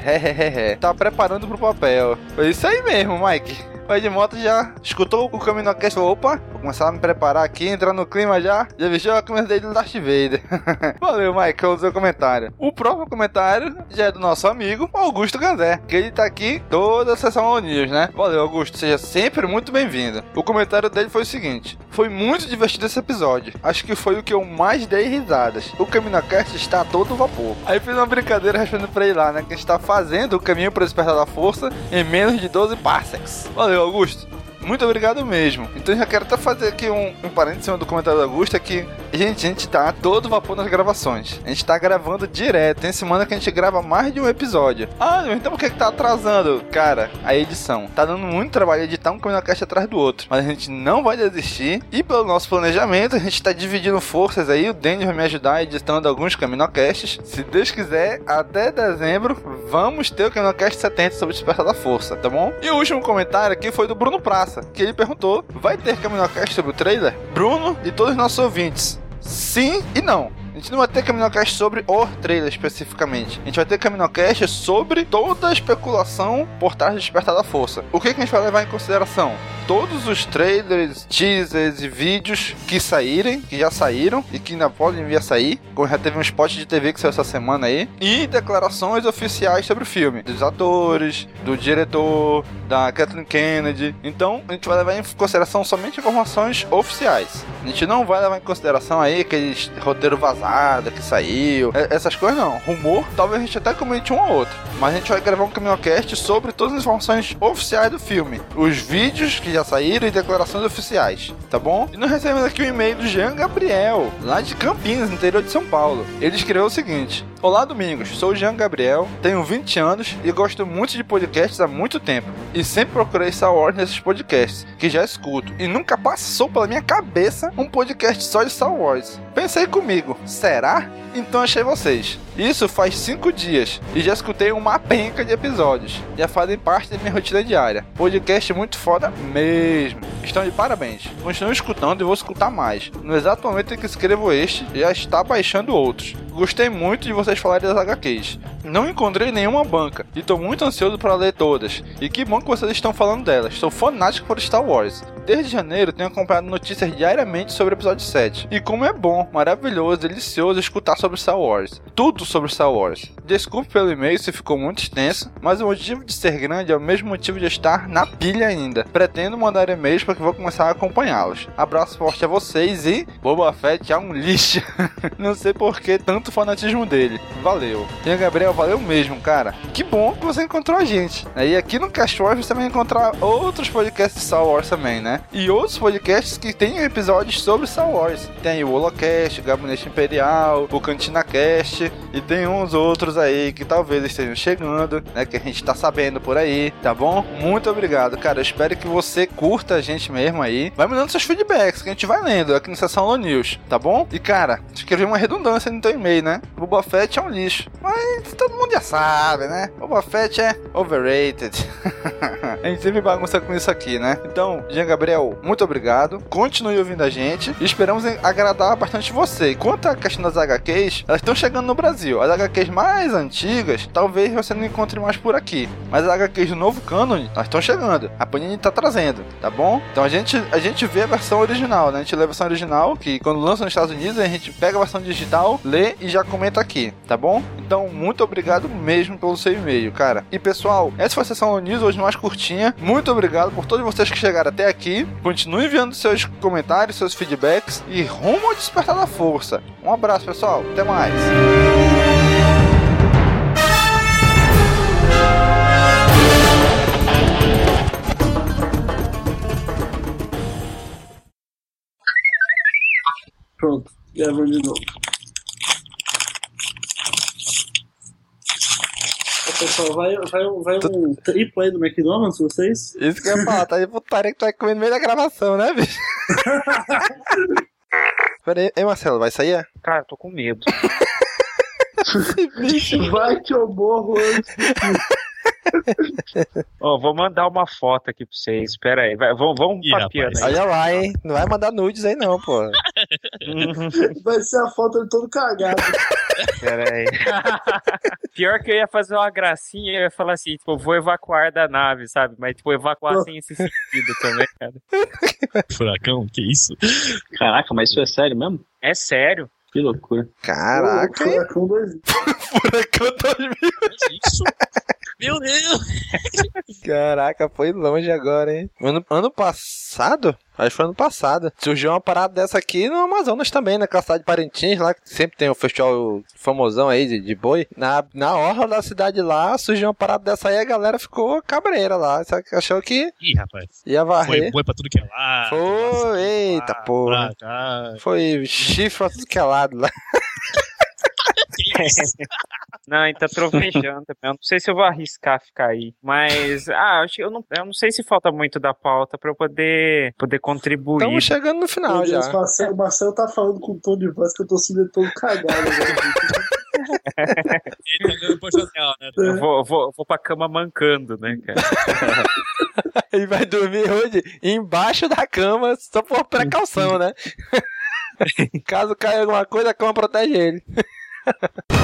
Tá preparando pro papel. Foi isso aí mesmo, Mike. O Ed Mota já escutou o Caminocast e falou: opa, vou começar a me preparar aqui, entrar no clima já vestiu a camisa dele do Darth Vader. Valeu, Mike, pelo seu comentário. O próprio comentário já é do nosso amigo Augusto Ganzé, que ele tá aqui toda a sessão All News, né? Valeu, Augusto, seja sempre muito bem-vindo. O comentário dele foi o seguinte: foi muito divertido esse episódio, acho que foi o que eu mais dei risadas. O Caminocast está a todo vapor. Aí fiz uma brincadeira respondendo pra ele lá, né, que a gente tá fazendo o caminho para despertar da força em menos de 12 parsecs. Valeu, Augusto. Muito obrigado mesmo. Então eu já quero até fazer aqui um parênteses em cima do comentário do Augusto, é que, gente, a gente tá a todo vapor nas gravações. A gente tá gravando direto. Tem semana que a gente grava mais de um episódio. Ah, então por que tá atrasando? Cara, a edição. Tá dando muito trabalho editar um Caminocast atrás do outro. Mas a gente não vai desistir. E pelo nosso planejamento, a gente tá dividindo forças aí. O Daniel vai me ajudar editando alguns Caminocasts. Se Deus quiser, até dezembro, vamos ter o Caminocast 70 sobre o Despertar da Força, tá bom? E o último comentário aqui foi do Bruno Praça, que ele perguntou: vai ter Caminocast sobre o trailer? Bruno e todos os nossos ouvintes, sim e não. A gente não vai ter Caminocast sobre o trailer especificamente. A gente vai ter Caminocast sobre toda a especulação por trás do Despertar da Força. O que a gente vai levar em consideração? Todos os trailers, teasers e vídeos que saírem, que já saíram e que ainda podem vir a sair, como já teve um spot de TV que saiu essa semana aí, e declarações oficiais sobre o filme, dos atores, do diretor, da Kathleen Kennedy. Então a gente vai levar em consideração somente informações oficiais. A gente não vai levar em consideração aí aquele roteiro vazado que saiu, essas coisas não. Rumor, talvez a gente até comente um ou outro, mas a gente vai gravar um Caminocast sobre todas as informações oficiais do filme, os vídeos que já saíram e declarações oficiais, tá bom? E nós recebemos aqui um e-mail do Jean Gabriel, lá de Campinas, no interior de São Paulo. Ele escreveu o seguinte: Olá, Domingos. Sou o Jean Gabriel, tenho 20 anos e gosto muito de podcasts há muito tempo. E sempre procurei Star Wars nesses podcasts, que já escuto. E nunca passou pela minha cabeça um podcast só de Star Wars. Pensei comigo, será? Então achei vocês. Isso faz 5 dias e já escutei uma penca de episódios. Já fazem parte da minha rotina diária. Podcast muito foda mesmo. Estão de parabéns. Continuo escutando e vou escutar mais. No exato momento em que escrevo este, já está baixando outros. Gostei muito de vocês falarem das HQs. Não encontrei nenhuma banca e estou muito ansioso para ler todas. E que bom que vocês estão falando delas. Sou fanático por Star Wars. Desde janeiro tenho acompanhado notícias diariamente sobre o episódio 7. E como é bom, maravilhoso, delicioso escutar sobre Star Wars. Tudo sobre Star Wars. Desculpe pelo e-mail se ficou muito extenso, mas o motivo de ser grande é o mesmo motivo de estar na pilha ainda. Pretendo mandar e-mails porque vou começar a acompanhá-los. Abraço forte a vocês e Boba Fett é um lixo. Não sei por que tanto fanatismo dele. Valeu. E Gabriel, valeu mesmo, cara. Que bom que você encontrou a gente. E aqui no Cast Wars você vai encontrar outros podcasts de Star Wars também, né? E outros podcasts que tem episódios sobre Star Wars. Tem o Holocast, o Gabinete Imperial, o Cantina Cast e tem uns outros aí que talvez estejam chegando, né? Que a gente tá sabendo por aí, tá bom? Muito obrigado, cara. Eu espero que você curta a gente mesmo aí. Vai me dando seus feedbacks que a gente vai lendo aqui no Sessão Low News, tá bom? E cara, escrevi uma redundância no teu e-mail, né? O Boba Fett é um lixo. Mas todo mundo já sabe, né? O Boba Fett é overrated. A gente sempre bagunça com isso aqui, né? Então, Jean Gabriel, muito obrigado. Continue ouvindo a gente e esperamos agradar bastante você. Quanto à questão das HQs, elas estão chegando no Brasil. As HQs mais antigas, talvez você não encontre mais por aqui. Mas as HQs do novo canon, elas estão chegando. A Panini tá trazendo, tá bom? Então a gente vê a versão original, né? A gente lê a versão original, que quando lança nos Estados Unidos, a gente pega a versão digital, lê e já comenta aqui, tá bom? Então, muito obrigado mesmo pelo seu e-mail, cara. E pessoal, essa foi a Sessão Low News, hoje mais curtinha. Muito obrigado por todos vocês que chegaram até aqui. Continue enviando seus comentários, seus feedbacks e rumo ao despertar da força. Um abraço, pessoal. Até mais. Pronto, gravando de novo. Pessoal, vai um triplo aí do McDonald's, vocês? Isso que eu ia falar, tá aí putaria que tu vai comer no meio da gravação, né, bicho? Pera aí, Marcelo, vai sair? Cara, eu tô com medo. Bicho, vai que eu morro antes. Vou mandar uma foto aqui pra vocês. Espera aí, vamos papiando aí. Olha lá, hein? Não vai mandar nudes aí não, pô. Vai ser a foto de todo cagado. Pera aí. Pior que eu ia fazer uma gracinha, eu ia falar assim, tipo, vou evacuar da nave, sabe? Mas, tipo, evacuar sem esse sentido também, cara. Furacão, que isso? Caraca, mas isso é sério mesmo? É sério. Que loucura. Caraca. Furacão 2000. Furacão 2000. Isso? Meu Deus. Caraca, foi longe agora, hein? Ano passado? Acho que foi ano passado. Surgiu uma parada dessa aqui no Amazonas também, naquela cidade de Parintins, lá que sempre tem o festival famosão aí de boi. Na orla da cidade lá, surgiu uma parada dessa aí e a galera ficou cabreira lá. Só que achou que rapaz, ia varrer. Foi boi pra tudo que é lado. Foi, eita porra. Foi chifre pra tudo que é lado lá. Não, ele tá trovejando. Eu não sei se eu vou arriscar ficar aí. Mas, acho que eu não sei se falta muito da pauta pra eu poder contribuir. Estamos chegando no final já. O Marcelo tá falando com um tom de voz que eu tô sendo todo cagado. Ele tá dando post-hotel, né? Eu vou pra cama mancando, né, cara? Ele vai dormir hoje embaixo da cama, só por precaução, né? Caso caia alguma coisa, a cama protege ele.